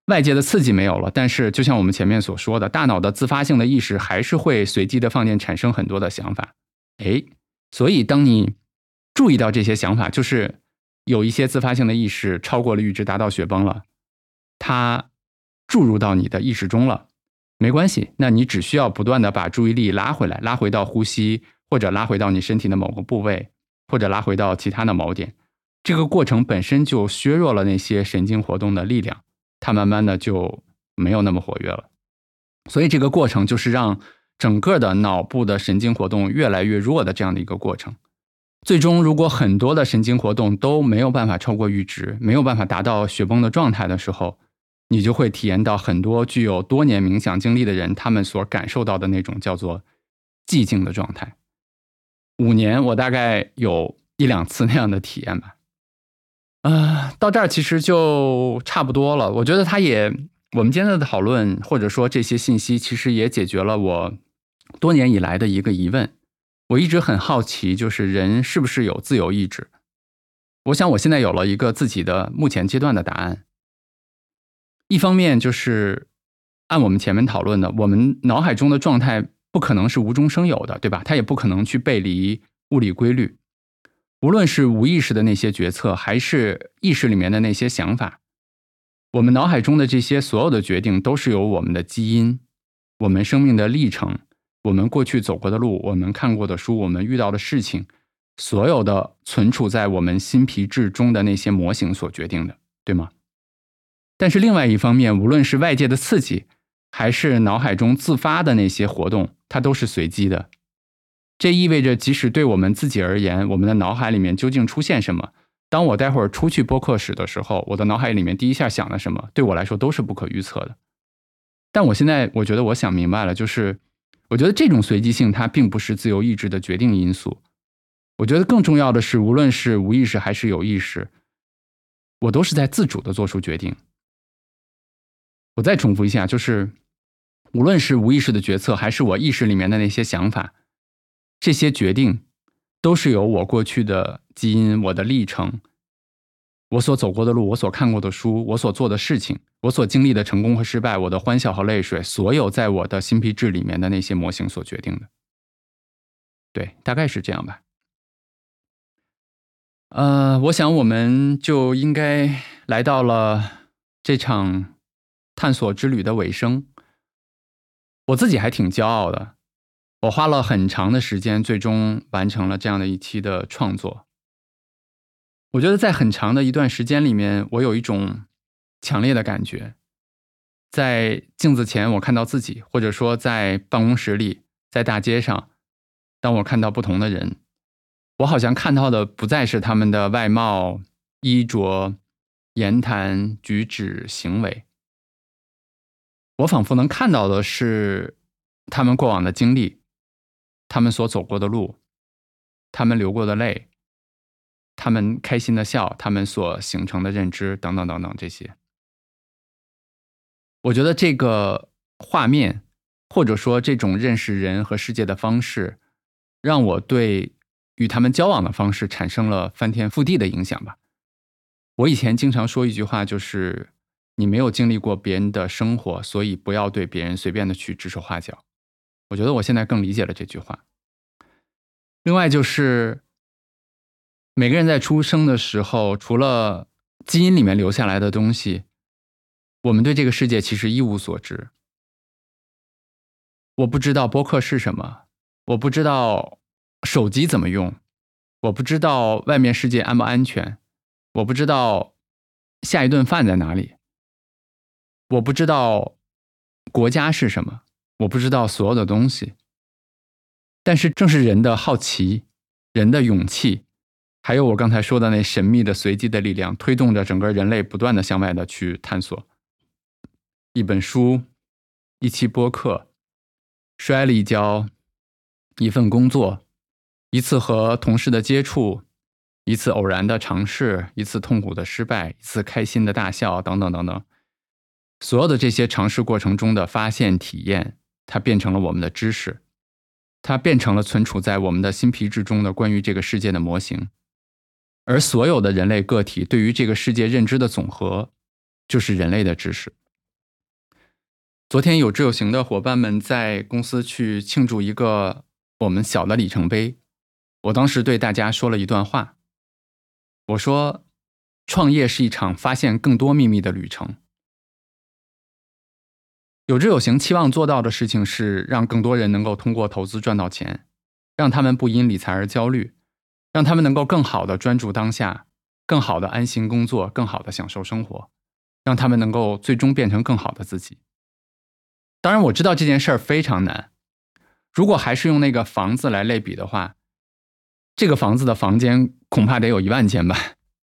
外界的刺激没有了，但是就像我们前面所说的，大脑的自发性的意识还是会随机的放电产生很多的想法。所以当你注意到这些想法，就是有一些自发性的意识超过了阈值，达到雪崩了，它注入到你的意识中了，没关系，那你只需要不断的把注意力拉回来，拉回到呼吸，或者拉回到你身体的某个部位，或者拉回到其他的锚点。这个过程本身就削弱了那些神经活动的力量，它慢慢的就没有那么活跃了。所以这个过程就是让整个的脑部的神经活动越来越弱的这样的一个过程。最终如果很多的神经活动都没有办法超过阈值，没有办法达到雪崩的状态的时候，你就会体验到很多具有多年冥想经历的人他们所感受到的那种叫做寂静的状态。5年我大概有1-2次那样的体验吧。到这儿其实就差不多了。我觉得我们今天的讨论或者说这些信息其实也解决了我多年以来的一个疑问。我一直很好奇，就是人是不是有自由意志？我想我现在有了一个自己的目前阶段的答案。一方面就是按我们前面讨论的，我们脑海中的状态不可能是无中生有的，对吧？它也不可能去背离物理规律。无论是无意识的那些决策，还是意识里面的那些想法，我们脑海中的这些所有的决定都是由我们的基因、我们生命的历程、我们过去走过的路、我们看过的书、我们遇到的事情，所有的存储在我们心皮质中的那些模型所决定的，对吗？但是另外一方面，无论是外界的刺激，还是脑海中自发的那些活动，它都是随机的。这意味着即使对我们自己而言，我们的脑海里面究竟出现什么，当我待会儿出去播客室的时候，我的脑海里面第一下想的什么，对我来说都是不可预测的。但我现在我觉得我想明白了，就是我觉得这种随机性它并不是自由意志的决定因素。我觉得更重要的是，无论是无意识还是有意识，我都是在自主的做出决定。我再重复一下，就是无论是无意识的决策，还是我意识里面的那些想法，这些决定都是由我过去的基因、我的历程、我所走过的路、我所看过的书、我所做的事情、我所经历的成功和失败、我的欢笑和泪水，所有在我的心皮质里面的那些模型所决定的。对，大概是这样吧。我想我们就应该来到了这场探索之旅的尾声。我自己还挺骄傲的，我花了很长的时间，最终完成了这样的一期的创作。我觉得在很长的一段时间里面，我有一种强烈的感觉，在镜子前我看到自己，或者说在办公室里，在大街上，当我看到不同的人，我好像看到的不再是他们的外貌、衣着、言谈、举止、行为，我仿佛能看到的是他们过往的经历，他们所走过的路，他们流过的泪，他们开心的笑，他们所形成的认知等等等等这些。我觉得这个画面，或者说这种认识人和世界的方式，让我对与他们交往的方式产生了翻天覆地的影响吧。我以前经常说一句话，就是你没有经历过别人的生活，所以不要对别人随便的去指手画脚。我觉得我现在更理解了这句话。另外就是每个人在出生的时候，除了基因里面留下来的东西，我们对这个世界其实一无所知。我不知道播客是什么，我不知道手机怎么用，我不知道外面世界安不安全，我不知道下一顿饭在哪里，我不知道国家是什么，我不知道所有的东西。但是正是人的好奇、人的勇气，还有我刚才说的那神秘的随机的力量，推动着整个人类不断的向外的去探索。一本书，一期播客，摔了一跤，一份工作，一次和同事的接触，一次偶然的尝试，一次痛苦的失败，一次开心的大笑，等等等等。所有的这些尝试过程中的发现体验，它变成了我们的知识，它变成了存储在我们的心皮质中的关于这个世界的模型。而所有的人类个体对于这个世界认知的总和，就是人类的知识。 昨天有志有行的伙伴们在公司去庆祝一个我们小的里程碑，我当时对大家说了一段话，我说创业是一场发现更多秘密的旅程。有志有行期望做到的事情是让更多人能够通过投资赚到钱，让他们不因理财而焦虑，让他们能够更好的专注当下，更好的安心工作，更好的享受生活，让他们能够最终变成更好的自己。当然我知道这件事儿非常难，如果还是用那个房子来类比的话，这个房子的房间恐怕得有1万间吧。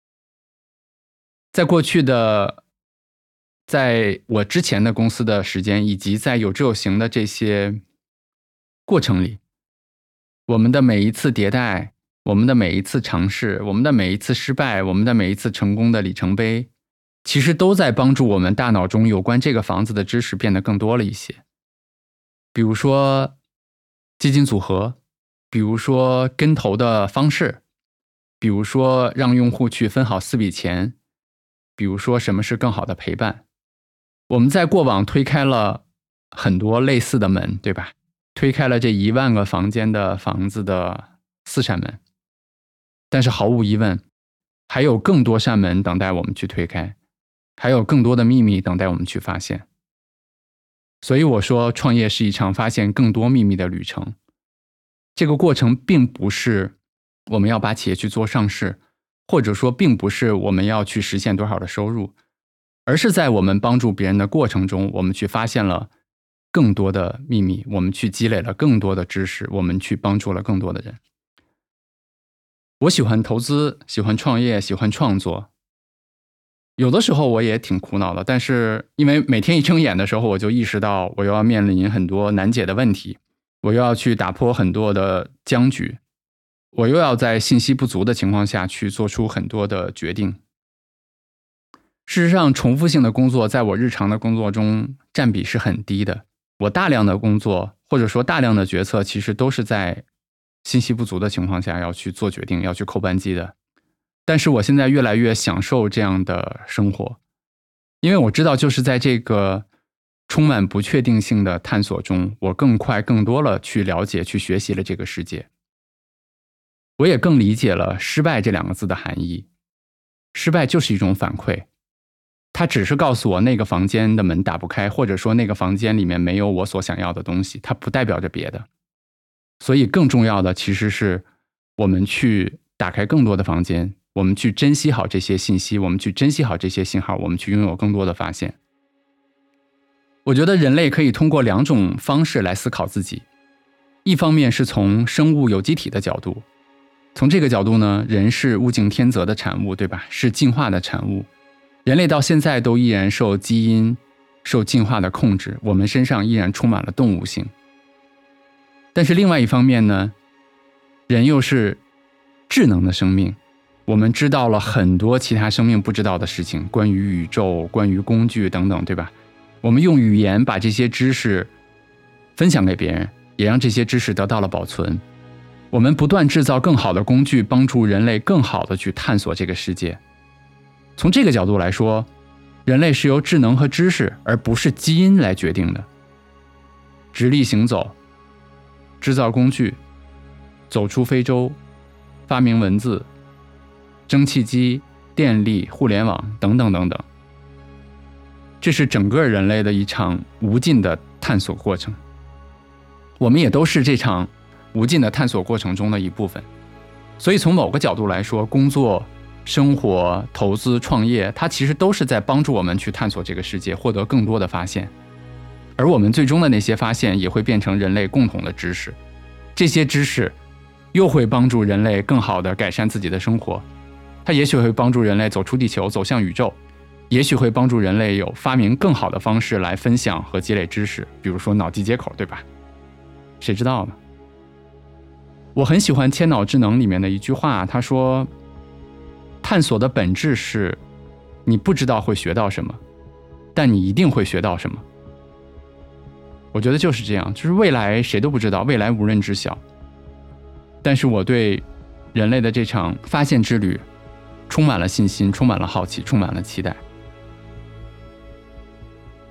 在过去的，在我之前的公司的时间，以及在有志有行的这些过程里，我们的每一次迭代，我们的每一次尝试，我们的每一次失败，我们的每一次成功的里程碑，其实都在帮助我们大脑中有关这个房子的知识变得更多了一些。比如说基金组合，比如说跟投的方式，比如说让用户去分好4笔钱，比如说什么是更好的陪伴。我们在过往推开了很多类似的门，对吧？推开了这1万个房间的房子的4扇门，但是毫无疑问，还有更多扇门等待我们去推开，还有更多的秘密等待我们去发现。所以我说，创业是一场发现更多秘密的旅程。这个过程并不是我们要把企业去做上市，或者说并不是我们要去实现多少的收入，而是在我们帮助别人的过程中，我们去发现了更多的秘密，我们去积累了更多的知识，我们去帮助了更多的人。我喜欢投资，喜欢创业，喜欢创作。有的时候我也挺苦恼的，但是因为每天一睁眼的时候，我就意识到我又要面临很多难解的问题，我又要去打破很多的僵局，我又要在信息不足的情况下去做出很多的决定。事实上，重复性的工作在我日常的工作中占比是很低的。我大量的工作，或者说大量的决策，其实都是在信息不足的情况下要去做决定，要去扣扳机的。但是我现在越来越享受这样的生活，因为我知道就是在这个充满不确定性的探索中，我更快更多了去了解去学习了这个世界。我也更理解了失败这2个字的含义。失败就是一种反馈，它只是告诉我那个房间的门打不开，或者说那个房间里面没有我所想要的东西，它不代表着别的。所以更重要的其实是我们去打开更多的房间，我们去珍惜好这些信息，我们去珍惜好这些信号，我们去拥有更多的发现。我觉得人类可以通过2种方式来思考自己。一方面是从生物有机体的角度，从这个角度呢，人是物竞天择的产物，对吧？是进化的产物。人类到现在都依然受基因、受进化的控制，我们身上依然充满了动物性。但是另外一方面呢，人又是智能的生命，我们知道了很多其他生命不知道的事情，关于宇宙，关于工具等等，对吧？我们用语言把这些知识分享给别人，也让这些知识得到了保存。我们不断制造更好的工具，帮助人类更好的去探索这个世界。从这个角度来说，人类是由智能和知识，而不是基因来决定的。直立行走，制造工具，走出非洲，发明文字，蒸汽机、电力、互联网等等等等。这是整个人类的一场无尽的探索过程。我们也都是这场无尽的探索过程中的一部分。所以从某个角度来说，工作、生活、投资、创业，它其实都是在帮助我们去探索这个世界，获得更多的发现。而我们最终的那些发现也会变成人类共同的知识，这些知识又会帮助人类更好地改善自己的生活，它也许会帮助人类走出地球，走向宇宙，也许会帮助人类有发明更好的方式来分享和积累知识，比如说脑机接口，对吧？谁知道呢？我很喜欢《千脑智能》里面的一句话，他说，探索的本质是你不知道会学到什么，但你一定会学到什么。我觉得就是这样，就是未来谁都不知道，未来无人知晓。但是我对人类的这场发现之旅充满了信心，充满了好奇，充满了期待。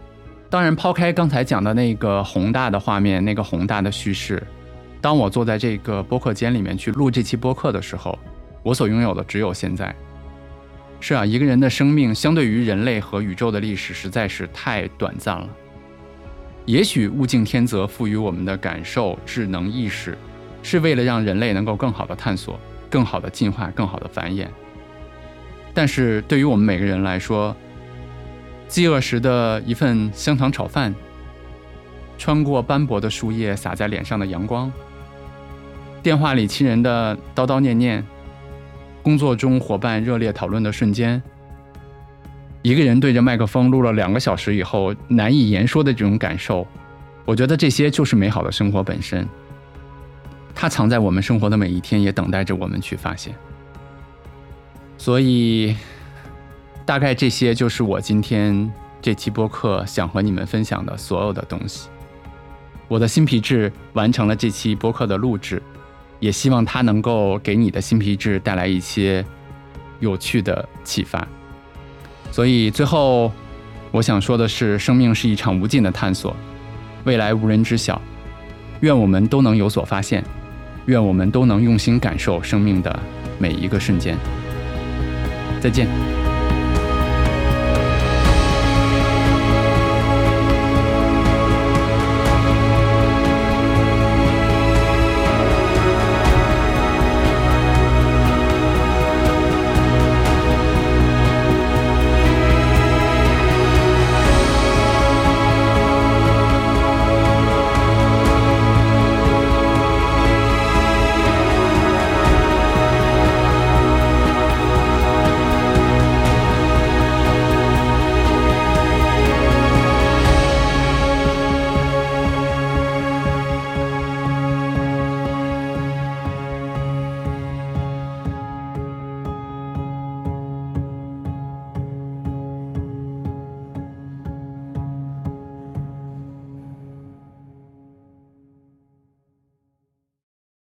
当然，抛开刚才讲的那个宏大的画面，那个宏大的叙事，当我坐在这个播客间里面去录这期播客的时候，我所拥有的只有现在。是啊，一个人的生命相对于人类和宇宙的历史实在是太短暂了。也许物竞天择赋予我们的感受、智能、意识，是为了让人类能够更好的探索、更好的进化、更好的繁衍。但是对于我们每个人来说，饥饿时的一份香肠炒饭，穿过斑驳的树叶洒在脸上的阳光，电话里亲人的叨叨念念，工作中伙伴热烈讨论的瞬间，一个人对着麦克风录了2个小时以后难以言说的这种感受，我觉得这些就是美好的生活本身。它藏在我们生活的每一天，也等待着我们去发现。所以大概这些就是我今天这期播客想和你们分享的所有的东西。我的新皮质完成了这期播客的录制，也希望它能够给你的新皮质带来一些有趣的启发。所以最后我想说的是，生命是一场无尽的探索，未来无人知晓，愿我们都能有所发现，愿我们都能用心感受生命的每一个瞬间。再见。